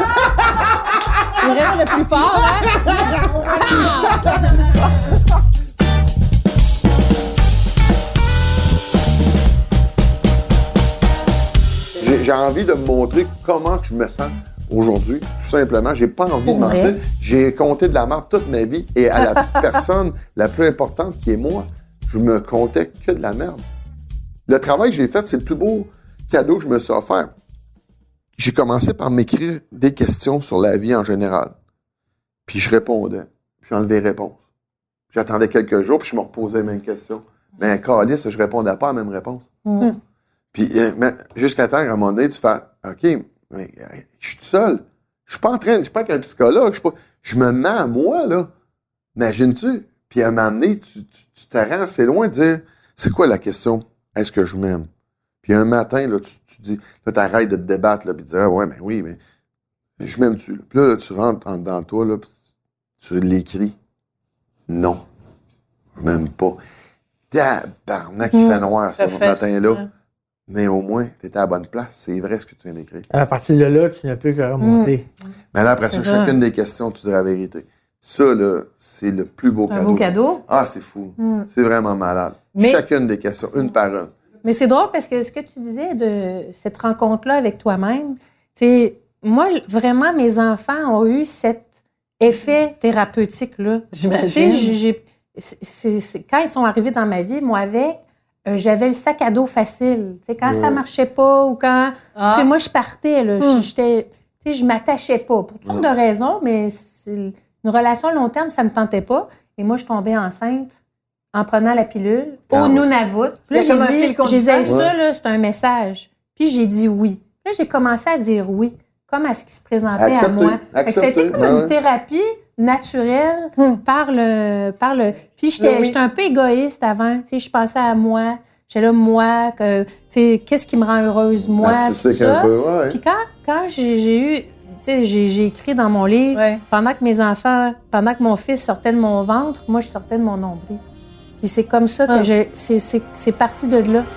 Il reste le plus fort, hein? j'ai, j'ai envie de me montrer comment je me sens aujourd'hui, tout simplement. J'ai pas envie Pour de mentir. Vrai? J'ai compté de la merde toute ma vie et à la personne la plus importante qui est moi, je me comptais que de la merde. Le travail que j'ai fait, c'est le plus beau cadeau que je me suis offert. J'ai commencé par m'écrire des questions sur la vie en général. Puis je répondais. Puis j'enlevais les réponses. J'attendais quelques jours, puis je me reposais les mêmes questions. Mais un calice, je répondais pas à la même réponse. Mm. Puis euh, jusqu'à temps, à un moment donné, tu fais « OK, mais euh, je suis tout seul. Je suis pas en train, je suis pas qu'un psychologue. Je suis pas, je me mets à moi, là. Imagines-tu? Puis à un moment donné, tu, tu, tu te rends assez loin de dire « C'est quoi la question? Est-ce que je m'aime? » Puis un matin, là, tu, tu dis, là, t'arrêtes de te débattre, là, puis tu dis, ah ouais, mais oui, mais je m'aime-tu? Là? Puis là, là, tu rentres en, dans toi, là, puis tu l'écris. Non. Je m'aime pas. Tabarnak, il mmh, fait noir, ce matin-là. Ouais. Mais au moins, t'étais à la bonne place. C'est vrai ce que tu viens d'écrire. À partir de là, tu n'as plus qu'à remonter. Mmh. Mais là, après ça, ça, chacune des questions, tu diras la vérité. Ça, là, c'est le plus beau un cadeau. Un beau cadeau? Ah, c'est fou. Mmh. C'est vraiment malade. Mais... Chacune des questions, une par une. Mais c'est drôle parce que ce que tu disais de cette rencontre-là avec toi-même, tu sais, moi, vraiment, mes enfants ont eu cet effet thérapeutique-là. J'imagine. Tu sais, j'ai, c'est, c'est, quand ils sont arrivés dans ma vie, moi, avec, euh, j'avais le sac à dos facile. Tu sais, quand ouais. ça marchait pas ou quand... Ah. Tu sais, moi, je partais, là. Hum. J'étais, tu sais, je m'attachais pas pour toutes sortes de raisons, mais c'est, une relation à long terme, ça me tentait pas. Et moi, je tombais enceinte en prenant la pilule, ah, au Nunavut. Puis là, j'ai dit, j'ai dit ça, là, c'est un message. Puis j'ai dit oui. Puis là, j'ai commencé à dire oui, comme à ce qui se présentait Accepter. à moi. C'était comme ouais. une thérapie naturelle hum. par le... par le. Puis j'étais, oui. j'étais un peu égoïste avant. Tu sais, je pensais à moi. J'étais là, moi, que, tu sais, qu'est-ce qui me rend heureuse, moi, ah, tout ça. Peu, ouais. Puis quand, quand j'ai, j'ai eu... Tu sais, j'ai, j'ai écrit dans mon livre, ouais. pendant que mes enfants, pendant que mon fils sortait de mon ventre, moi, je sortais de mon nombril. Puis c'est comme ça que ah. je, c'est, c'est, c'est parti de là.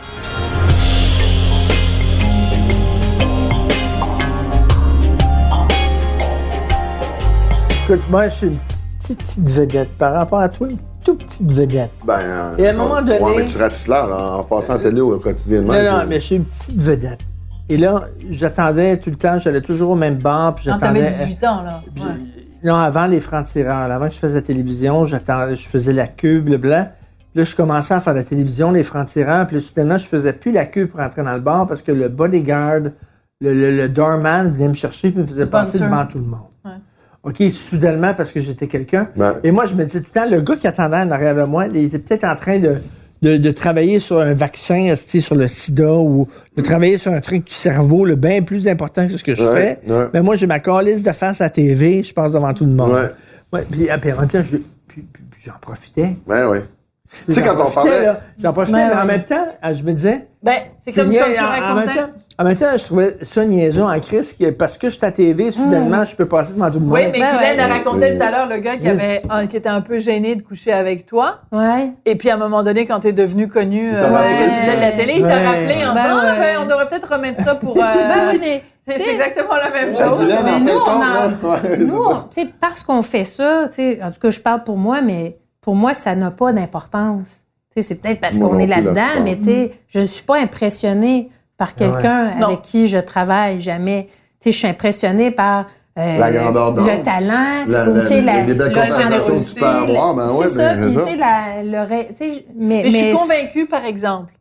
Écoute, moi, je suis une petite, petite vedette. Par rapport à toi, une toute petite vedette. Ben, euh, et à un moment donné... Ouais, mais tu rates là, là, en passant à la télé au quotidiennement. Non, non, mais je suis une petite vedette. Et là, j'attendais tout le temps, j'allais toujours au même bar, puis j'attendais... Quand t'avais dix-huit ans, là. Ouais. Non, avant les francs-tireurs, avant que je fasse la télévision, j'attendais, je faisais la queue, blablabla. Là, je commençais à faire la télévision, les francs-tireurs, puis là, soudainement, je faisais plus la queue pour entrer dans le bar parce que le bodyguard, le, le, le doorman venait me chercher puis me faisait passer devant tout le monde. Ouais. OK, soudainement, parce que j'étais quelqu'un. Ouais. Et moi, je me disais tout le temps, le gars qui attendait en arrière de moi, il était peut-être en train de, de, de travailler sur un vaccin, sur le sida, ou de travailler sur un truc du cerveau, le bien plus important que ce que je ouais, fais. Ouais. Mais moi, j'ai ma calice de face à la T V, je passe devant tout le monde. Ouais. Ouais, puis, puis en même temps, je, puis, puis, puis j'en profitais. Ouais, ouais. Tu sais, quand on parlait... Là, j'en profitais, Ben mais oui. en même temps, ah, je me disais... Ben, c'est comme, nia- comme tu en, en même racontais. temps, en même temps, je trouvais ça niaiseux en crise, que parce que je suis à T V, soudainement, je peux passer devant tout le monde. Oui, mais Ben Guylaine ouais. a raconté tout à l'heure le gars qui, Oui. avait, un- qui était un peu gêné de coucher avec toi. Ouais. Et puis, à un moment donné, quand t'es devenu connu, t'a euh, rappelé. que tu faisais de la télé, il t'a Ouais. rappelé en Ben disant ah, ouais. ben, on devrait peut-être remettre ça pour. euh, Ben oui, mais. c'est tu c'est sais, exactement la même Ouais, chose. Guylaine, mais en nous, fait, on compte, a- là. Ouais. Nous, on- tu sais, parce qu'on fait ça, tu sais, en tout cas, je parle pour moi, mais pour moi, ça n'a pas d'importance. Tu sais, c'est peut-être parce Moi qu'on non est plus, la là-dedans, plupart. mais tu sais, je ne suis pas impressionnée par quelqu'un Non. avec qui je travaille jamais. Tu sais, je suis impressionnée par euh, La grandeur d'âme. le talent, La- ou, la- tu sais, la, les belles la conversations que tu générosité, peux avoir, ben c'est ouais, ça. ben, Puis, c'est tu sais, la, le, ré- tu sais, mais, Mais je suis mais- convaincue, par exemple,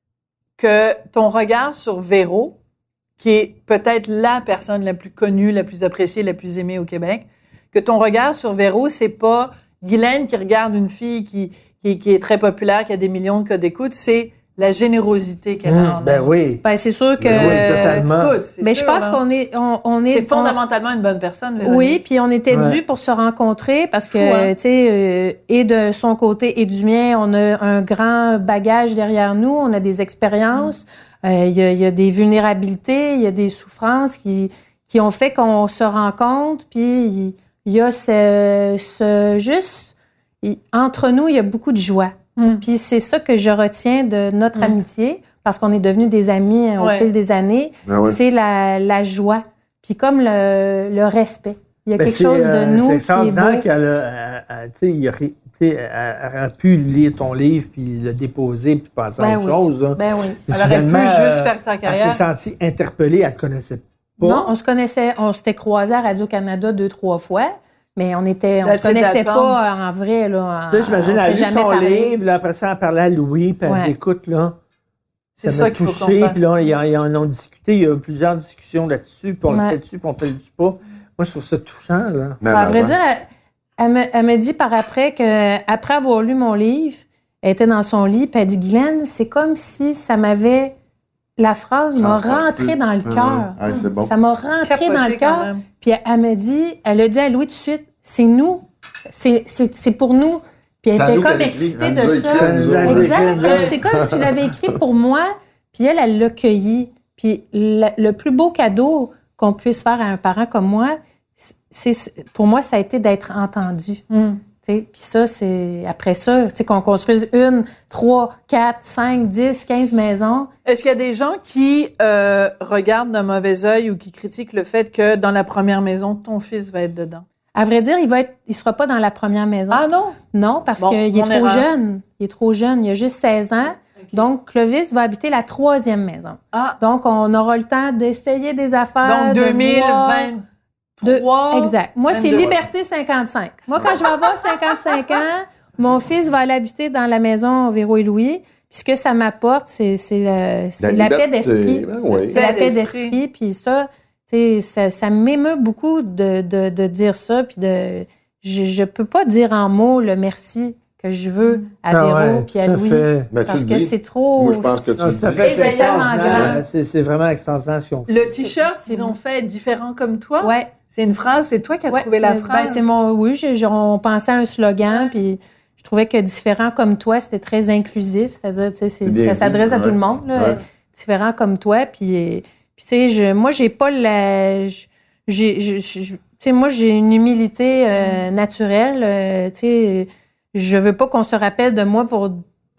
que ton regard sur Véro, qui est peut-être la personne la plus connue, la plus appréciée, la plus aimée au Québec, que ton regard sur Véro, c'est pas Guylaine qui regarde une fille qui, qui, qui est très populaire, qui a des millions de codes d'écoute, c'est la générosité qu'elle a en Hum, ben elle. oui. ben, c'est sûr que. Ben oui, totalement. Écoute, c'est mais je sûr, pense là. qu'on est, on, on est, C'est on- fondamentalement une bonne personne, Véronique. Oui, puis on était Ouais. dû pour se rencontrer parce que, Fou, hein? tu sais, euh, et de son côté et du mien, on a un grand bagage derrière nous, on a des expériences, euh, il y, a, il y a des vulnérabilités, il y a des souffrances qui, qui ont fait qu'on se rencontre, puis il, il y a ce, ce juste, il- entre nous, il y a beaucoup de joie. Mm. Puis c'est ça que je retiens de notre amitié, parce qu'on est devenus des amis hein, au Ouais. fil des années, Ben ouais. c'est la, la joie, puis comme le, le respect. Il y a Ben, quelque c'est, chose euh, de nous c'est qui est extraordinaire beau. qu'elle a, euh, euh, tu sais, il a ri- tu sais, elle elle aurait pu lire ton livre, puis le déposer, puis passer à Ben autre oui. chose. là. Ben oui. Puis Elle aurait pu soudainement, juste euh, faire sa Elle carrière. s'est sentie interpellée, elle ne te connaissait pas. Non, on se connaissait, on s'était croisés à Radio-Canada deux, trois fois, mais on était, on That's se it, connaissait that's pas en vrai, là. en- Là, j'imagine, on elle a s'était lu jamais son parlé. livre, là, après ça, elle parlait à Louis, puis elle Ouais. dit, écoute, là, C'est ça ça m'a qu'il faut qu'on touché, fasse. puis là, ils en, ils en ont discuté, il y a eu plusieurs discussions là-dessus, puis on Ouais. le fait dessus, puis on le fait dessus pas. Moi, je trouve ça touchant, là. Même À vrai avant. dire, elle, elle me, elle me dit par après que après avoir lu mon livre, elle était dans son lit, puis elle dit, Guylaine, c'est comme si ça m'avait, la phrase m'a Transpercé. rentré dans le Ah, cœur. ah, c'est bon. Ça m'a rentré Capoté dans le quand cœur. même. Puis elle, elle me dit, elle a dit à Louis tout de suite, c'est nous, c'est, c'est, c'est pour nous. Puis elle C'est à était nous comme qu'elle écrit. excitée Elle de nous a ça. écrit, elle nous a écrit. Exact. Exact. C'est comme si tu l'avais écrit pour moi, puis elle, elle l'a cueilli. Puis le, le plus beau cadeau qu'on puisse faire à un parent comme moi, c'est, pour moi, ça a été d'être entendu. Mm. Tu sais, puis ça, c'est après ça, tu sais, qu'on construise une, trois, quatre, cinq, dix, quinze maisons. Est-ce qu'il y a des gens qui euh, regardent d'un mauvais œil ou qui critiquent le fait que dans la première maison, ton fils va être dedans? À vrai dire, il va être, il sera pas dans la première maison. Ah non? Non, parce Bon, qu'il est mon trop erreur. jeune. Il est trop jeune. Il a juste seize ans. Donc, Clovis va habiter la troisième maison. Ah, Donc, on aura le temps d'essayer des affaires. donc de deux mille voir- vingt-trois. de- Exact. Moi, c'est vingt-deux. Liberté cinquante-cinq. Moi, quand je vais avoir cinquante-cinq ans, mon fils va aller habiter dans la maison Véro et Louis. Puis ce que ça m'apporte, c'est, c'est, euh, c'est la, paix liberté, d'esprit. ben oui. C'est la Paix paix d'esprit. d'esprit. Puis ça, tu sais, ça, ça m'émeut beaucoup de, de, de dire ça. Puis de, je, je peux pas dire en mots le merci que je veux à Ah Véro ouais, puis à tout à Louis. fait. Ben, tu Parce le que dis. c'est trop. Moi, je pense que tu Ah, le tout à dis. fait, Et c'est tellement extraordinaire. grand. C'est, c'est vraiment extraordinaire ce qu'on fait. Le t-shirt C'est- qu'ils ont fait différent comme toi, Ouais. c'est une phrase, c'est toi qui as Ouais, trouvé la c'est- phrase. ben, c'est mon, oui, j'ai- j'ai- on pensait à un slogan, puis je trouvais que différent comme toi, c'était très inclusif, c'est-à-dire, tu sais, c'est- C'est bien ça dit, s'adresse à ouais. tout le monde, là, Ouais. différent comme toi, puis, euh, puis tu sais, je, moi, j'ai pas la, je- j'ai, je- je- je- tu sais, moi, j'ai une humilité euh, naturelle, euh, tu sais, je veux pas qu'on se rappelle de moi pour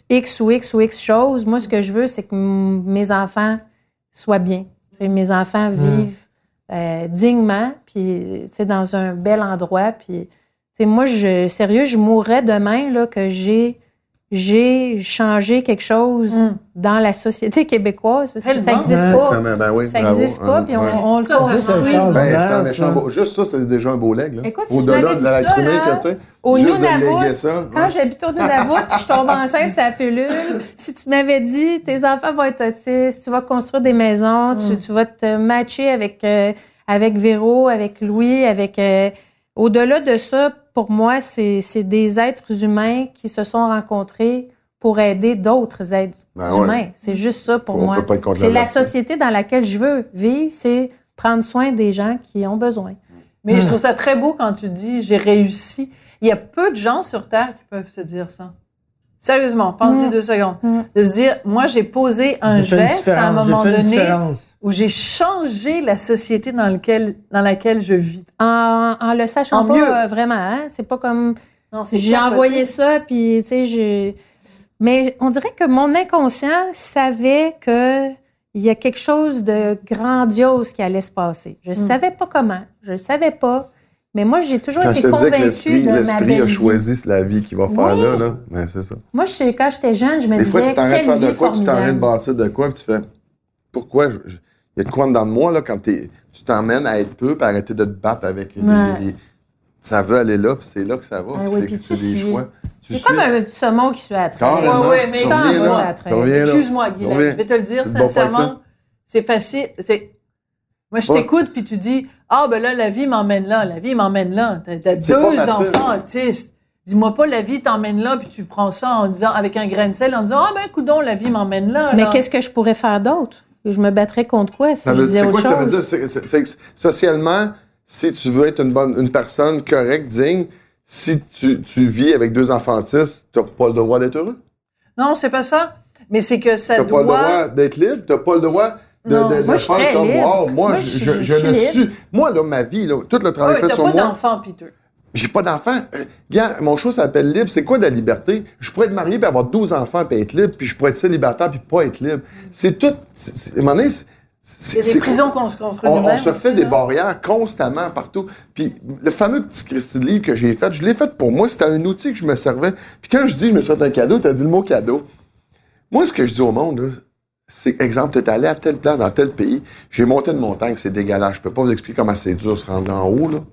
X ou X ou X choses. Moi, ce que je veux, c'est que m- mes enfants soient bien. Tu sais, mes enfants vivent euh, dignement, puis tu sais, dans un bel endroit. Puis, tu sais, moi, je, sérieux, je mourrais demain là, que j'ai, j'ai changé quelque chose Mm. dans la société québécoise, parce que ça Tellement. n'existe Ouais, pas. Ça, ben, ben oui, Ça bravo. n'existe pas, Hein, puis on, ouais. on le Totalement. construit. C'est un Ben, c'est un ça. méchant beau. Juste ça, c'est déjà un beau leg, là. Écoute, si tu Au-delà m'avais de dit la ça, crumée là, que t'es. au Juste de Nunavut, léguer ça, quand ouais. j'habite au Nunavut puis je tombe enceinte, c'est la pilule. Si tu m'avais dit, tes enfants vont être autistes, tu vas construire des maisons, tu, tu vas te matcher avec, euh, avec Véro, avec Louis, avec... euh, au-delà de ça, pour moi, c'est, c'est des êtres humains qui se sont rencontrés pour aider d'autres êtres Ben ouais. humains. C'est juste ça pour On moi. peut pas être contre C'est la la liberté. société dans laquelle je veux vivre, c'est prendre soin des gens qui ont besoin. Mais je trouve ça très beau quand tu dis « j'ai réussi ». Il y a peu de gens sur Terre qui peuvent se dire ça. Sérieusement, pensez Mm. deux secondes. Mm. De se dire, moi, j'ai posé un J'ai fait une geste à un différence, moment j'ai fait une donné différence. où j'ai changé la société dans, lequel, dans laquelle je vis. En, en le sachant En pas mieux. euh, vraiment, hein? C'est pas comme... Non, c'est J'ai capoté. envoyé ça, puis, tu sais, j'ai... Mais on dirait que mon inconscient savait que il y a quelque chose de grandiose qui allait se passer. Je Mm. savais pas comment, je le savais pas, mais moi, j'ai toujours Quand je été te disais que convaincue l'esprit, de ma l'esprit belle a vie. choisi la vie qu'il va faire Oui. là, là. Ben, c'est ça. Moi, je sais, quand j'étais jeune, je me Des fois, disais, tu t'arrêtes de quelle faire de vie quoi, tu t'arrêtes de formidable. bâtir de quoi, puis tu fais pourquoi? je- je- Il y a de quoi dans de moi, là, quand t'es, tu t'emmènes à être peu, puis arrêter de te battre avec les- Ouais. les- les- ça veut aller là, puis c'est là que ça va. Ouais, puis oui, c'est puis que tu c'est des suis. choix. Tu C'est suis. comme un petit saumon qui suit à la traîne. Carrément. Ouais, ouais, mais Tu attends, reviens moi, là. tu Tu reviens là. Excuse-moi, Guylaine, Reviens. je vais te le dire C'est bon, pas sincèrement. ça. C'est facile. C'est... Moi, je Ouais. t'écoute, puis tu dis, ah, ben là, la vie m'emmène là, la vie m'emmène là. T'as, t'as C'est pas deux facile. enfants autistes. Dis-moi pas, la vie t'emmène là, puis tu prends ça en disant, avec un grain de sel, en disant, ah, ben, coudonc, la vie m'emmène là. Mais là. qu'est-ce que je pourrais faire d'autre? Je me battrais contre quoi si Ça je veut, disais c'est autre quoi que ça veut chose? dire? C'est, c'est- c'est que socialement, si tu veux être une bonne, une personne correcte, digne, si tu, tu vis avec deux enfants autistes, t'as pas le droit d'être heureux. Non, c'est pas ça. Mais c'est que ça T'as doit... pas le droit d'être libre, t'as pas le droit de, Non, de, de moi, je suis faire très comme libre. wow, moi, Moi, je, je je, suis- je je ne suis suis. Moi, là, ma vie, là, tout le travail Ouais, fait t'as sur pas moi. d'enfant, Peter. J'ai pas d'enfant. Euh, Regarde, mon show s'appelle Libre. C'est quoi de la liberté? Je pourrais être marié puis avoir douze enfants puis être libre, puis je pourrais être célibataire puis pas être libre. C'est tout. C'est, c'est, à un moment donné, c'est, Il y a c'est- des prisons qu'on se construit on, nous-mêmes. on se fait aussi, des là. barrières constamment partout. Puis le fameux petit Christy de livre que j'ai fait, je l'ai fait pour moi. C'était un outil que je me servais. Puis quand je dis je me souhaite un cadeau, t'as dit le mot cadeau. Moi, ce que je dis au monde, là, c'est, exemple, t'es allé à telle place dans tel pays, j'ai monté une montagne, c'est dégueulasse. Je peux pas vous expliquer comment c'est dur de se rendre en haut, là.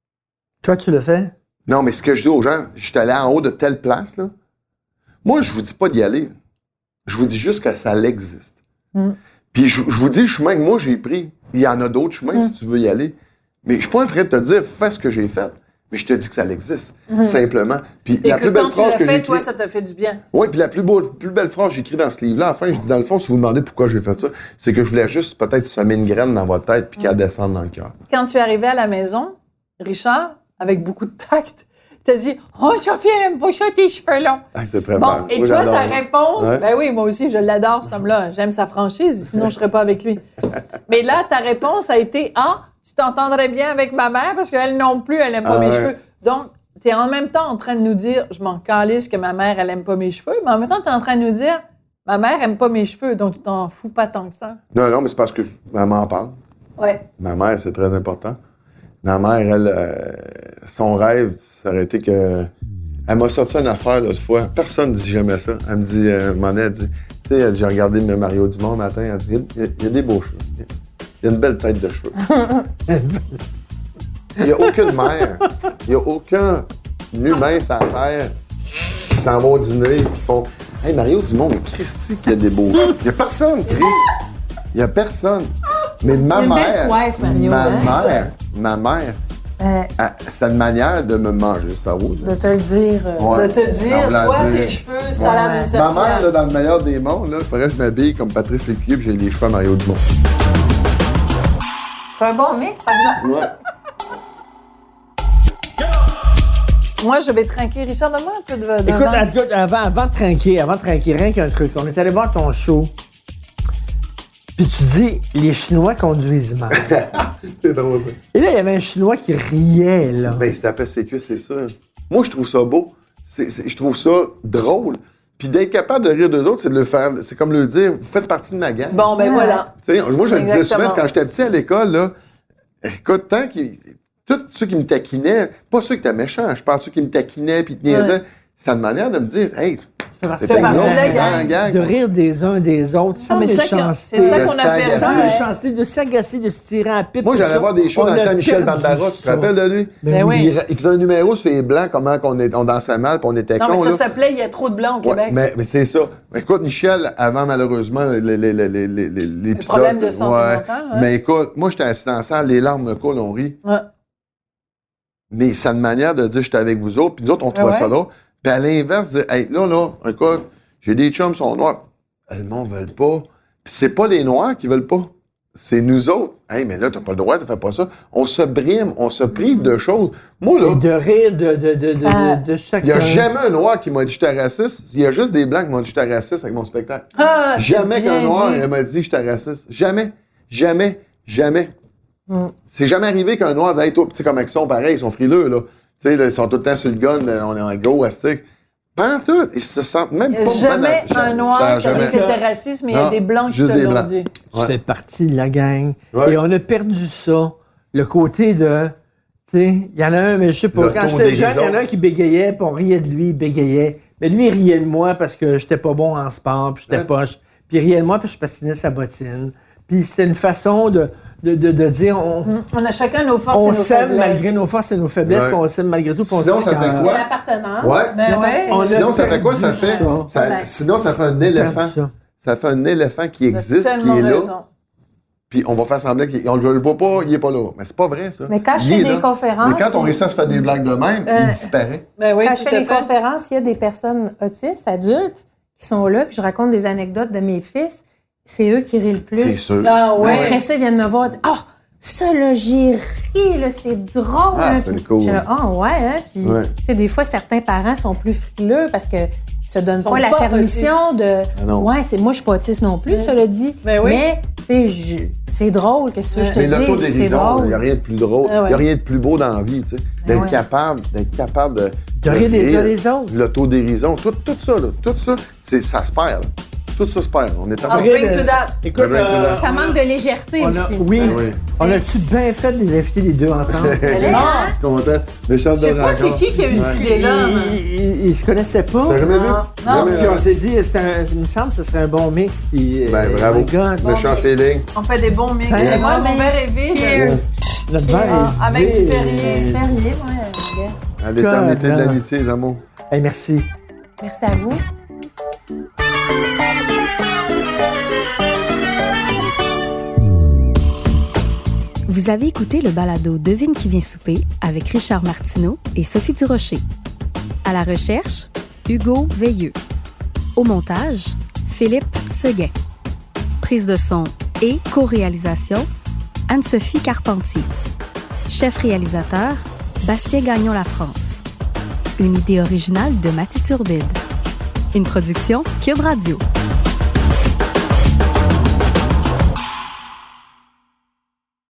Toi, tu le fais? Non, mais ce que je dis aux gens, je suis allé en haut de telle place, là. Moi, je vous dis pas d'y aller. Je vous dis juste que ça existe. Mm. Puis je, je vous dis le chemin que moi j'ai pris. Il y en a d'autres chemins si tu veux y aller. Mais je suis pas en train de te dire fais ce que j'ai fait. Mais je te dis que ça existe. Simplement. Puis Et la que plus belle quand tu phrase l'as que j'ai fait, toi, écrite- ça t'a fait du bien. Oui, puis la plus, beau, plus belle phrase que j'ai écrite dans ce livre-là, à la fin, je dis, dans le fond, si vous vous demandez pourquoi j'ai fait ça, c'est que je voulais juste peut-être semer une graine dans votre tête puis qu'elle descende dans le cœur. Quand tu es arrivé à la maison, Richard, avec beaucoup de tact, t'as dit « Oh, Sophie, elle aime pas ça, tes cheveux longs. Ah, c'est très » Bon, fort. et Moi, toi, j'adore. ta réponse, Ouais. ben oui, moi aussi, je l'adore, cet homme-là. J'aime sa franchise, sinon je serais pas avec lui. Mais là, ta réponse a été « Ah, tu t'entendrais bien avec ma mère parce qu'elle non plus, elle aime pas Ah mes ouais. cheveux. » Donc, t'es en même temps en train de nous dire « Je m'en calisse que ma mère, elle aime pas mes cheveux. » Mais en même temps, t'es en train de nous dire « Ma mère aime pas mes cheveux, donc tu t'en fous pas tant que ça. Non, non, mais c'est parce que maman en parle. » Ouais. Ma mère, c'est très important. Ma mère, elle, euh, son rêve, ça aurait été que... Elle m'a sorti une affaire l'autre fois. Personne ne dit jamais ça. Elle me dit, euh, un moment donné, elle dit, tu sais, j'ai regardé le Mario Dumont matin, elle dit, il y, a, il y a des beaux cheveux. Il y a une belle tête de cheveux. Il n'y a aucune mère, il n'y a aucun humain sur la terre qui s'en va au dîner et qui font, hey, Mario Dumont, mais Christy, qu'il y a des beaux cheveux. Il n'y a personne, Chris. Il n'y a personne. Mais ma Il y a une belle mère, coiffe, Mario, ma hein? mère, ma mère, Euh, elle- c'était une manière de me manger le cerveau. de te le dire. euh, Ouais. De te dire, En voulant toi, dire- tes cheveux, salade Ouais. de Ma serpillère. mère, là, dans le meilleur des mondes, là, il faudrait que je m'habille comme Patrice Lécuyer, puis j'ai les cheveux à Mario Dumont. C'est un bon mix, par exemple. Ouais. Moi, je vais trinquer. Richard, donne-moi un peu de... de Écoute, vin. en tout cas, avant, avant de trinquer, avant de trinquer, rien qu'un truc. On est allé voir ton show. Puis tu dis, les Chinois conduisent mal. C'est drôle, ça. Et là, il y avait un Chinois qui riait, là. Ben, il se tapait ses cuisses, c'est ça. Moi, je trouve ça beau. C'est, c'est- je trouve ça drôle. Puis d'être capable de rire d'eux autres, c'est de le faire. C'est comme le dire, vous faites partie de ma gang. Bon, ben voilà. Tu sais, moi, je le disais Exactement. souvent, quand j'étais petit à l'école, là, écoute, tant qu'ils. Tous ceux qui me taquinaient, pas ceux qui étaient méchants, je pense ceux qui me taquinaient puis te niaisaient, c'est une manière de me dire, hey, fais partie c'est de la gang. gang. De rire des uns des autres, sans Ah, mais ça que- méchanceté. c'est ça De qu'on appelle s'agacer. ça. Sans ouais. méchanceté, de s'agacer, de se tirer à la pipe. Moi, tout j'allais ça. voir des shows On dans le a temps Michel perdu Barbara, tu te ça. rappelles de lui? Ben oui. Il, il faisait un numéro sur les Blancs, comment qu'on est, on dansait mal, puis on était Non, mais cons, ça là. s'appelait « Il y a trop de blancs au Ouais, Québec mais, mais c'est ça. Écoute, Michel, avant malheureusement les, les, les, les, les, les, l'épisode. problème de santé mentale, ouais. Mais écoute, moi j'étais assis dans la salle, les larmes me coulent, on rit. Ouais. Mais c'est une manière de dire j'étais avec vous autres, puis nous autres on trouvait Ouais. ça drôle. Puis à l'inverse, dire hey, là, là, écoute, j'ai des chums qui sont noirs. Eh, Le monde ne veut pas. Puis c'est pas les noirs qui veulent pas. c'est nous autres. Hey, mais là, t'as pas le droit, tu fais pas ça. On se brime, on se prive de choses. Moi, là, Et de rire de, de, de, de, Ah. de, de chacun. il y a jamais un noir qui m'a dit que j'étais raciste. Il y a juste des blancs qui m'ont dit que j'étais raciste avec mon spectacle. Ah, Jamais c'est bien qu'un noir dit. il m'a dit que j'étais raciste. Jamais. Jamais. Jamais. Mm. C'est jamais arrivé qu'un noir d'être, tu sais, comme Action, pareil, ils sont frileux, là. Tu sais, là, ils sont tout le temps sur le gun, là, on est en go, astique. Pas en tout. Ils se sentent même Il y a pas jamais mal- un Ça noir a qui a jamais. dit que t'étais raciste, mais il y a Non, des blancs qui juste te des l'ont blancs. dit. Tu Ouais. fais partie de la gang. Ouais. Et on a perdu ça. Le côté de... Tu sais, il y en a un, mais je sais pas. Quand j'étais jeune, il y en a un qui bégayait, puis on riait de lui, il bégayait. Mais lui, il riait de moi parce que j'étais pas bon en sport, puis j'étais Ouais. poche. Puis il riait de moi parce que je patinais sa bottine. Puis c'était une façon de, de, de, de dire... On, On a chacun nos forces on et nos s'aime faiblesses. malgré nos forces et nos faiblesses, Ouais. puis on s'aime malgré tout, puis on Sinon, se ça fait calme. quoi? C'est l'appartenance. Ouais. Ben ouais. On a Sinon, ça fait quoi? Ça perdu fait, ça. ça- Ouais. sinon, ça fait un Perdu éléphant. ça. Ça fait un éléphant qui T'as existe, qui tellement est là. raison. Puis on va faire semblant qu'il on, je le vois pas, il est pas là. Mais c'est pas vrai, ça. Mais quand je Il fais est des là. conférences, Mais quand on il- réussit à se faire des blagues de même, Euh, il disparaît. Ben oui, Quand tout je fais à des fait. conférences, il y a des personnes autistes, adultes, qui sont là, puis je raconte des anecdotes de mes fils. C'est eux qui rient le plus. C'est sûr. Ah ouais. Après ça, ils viennent me voir et disent « Ah, ça, là, j'ai ri, là, c'est drôle. Ah, là. c'est Puis cool. je suis là, ah, ouais, hein. Puis, Ouais. tu sais, des fois, certains parents sont plus frileux parce que se donnent Sont pas la pas permission de. Ah non. Ouais, c'est moi, je suis pas autiste non plus, ça le dit. Ben oui. Mais, tu sais, je- c'est drôle, qu'est-ce que je te Mais dis, c'est l'autodérision, il drôle. n'y a rien de plus drôle. Il Ah ouais. n'y a rien de plus beau dans la vie, tu sais. D'être ouais. capable, d'être capable de. De rire des uns des autres. L'autodérision, tout, tout ça, là, tout ça, c'est, ça se perd, là. Tout ça se perd. On est en I'll train bring de- to that. Écoute, Bring to euh, that. Ça manque de légèreté on a, aussi. oui, Ah oui. on a-tu bien fait de les inviter les deux ensemble? Ah, Content. Méchant je sais de pas c'est rencontre. qui qui a eu cette ils, idée-là. ils, ils- ils se connaissaient pas. Ça jamais vu? Non. Jamais, Puis on hein? s'est dit, c'est un- il me semble que ce serait un bon mix. Puis, Ben, euh, bravo. my God, Méchant mix. feeling. On fait des bons mix. Yes. Et moi, mon verre est vide. Cheers. notre verre Ah, est avec vidé. du Perrier. Perrier, moi, euh, gars. À l'éternité de God, l'amitié, les amours. Hey, merci. Merci à vous. Vous avez écouté le balado Devine qui vient souper avec Richard Martineau et Sophie Durocher. À la recherche, Hugo Veilleux. Au montage, Philippe Seguin. Prise de son et co-réalisation, Anne-Sophie Carpentier. Chef réalisateur, Bastien Gagnon La France. Une idée originale de Mathieu Turbide. Une production Cube Radio.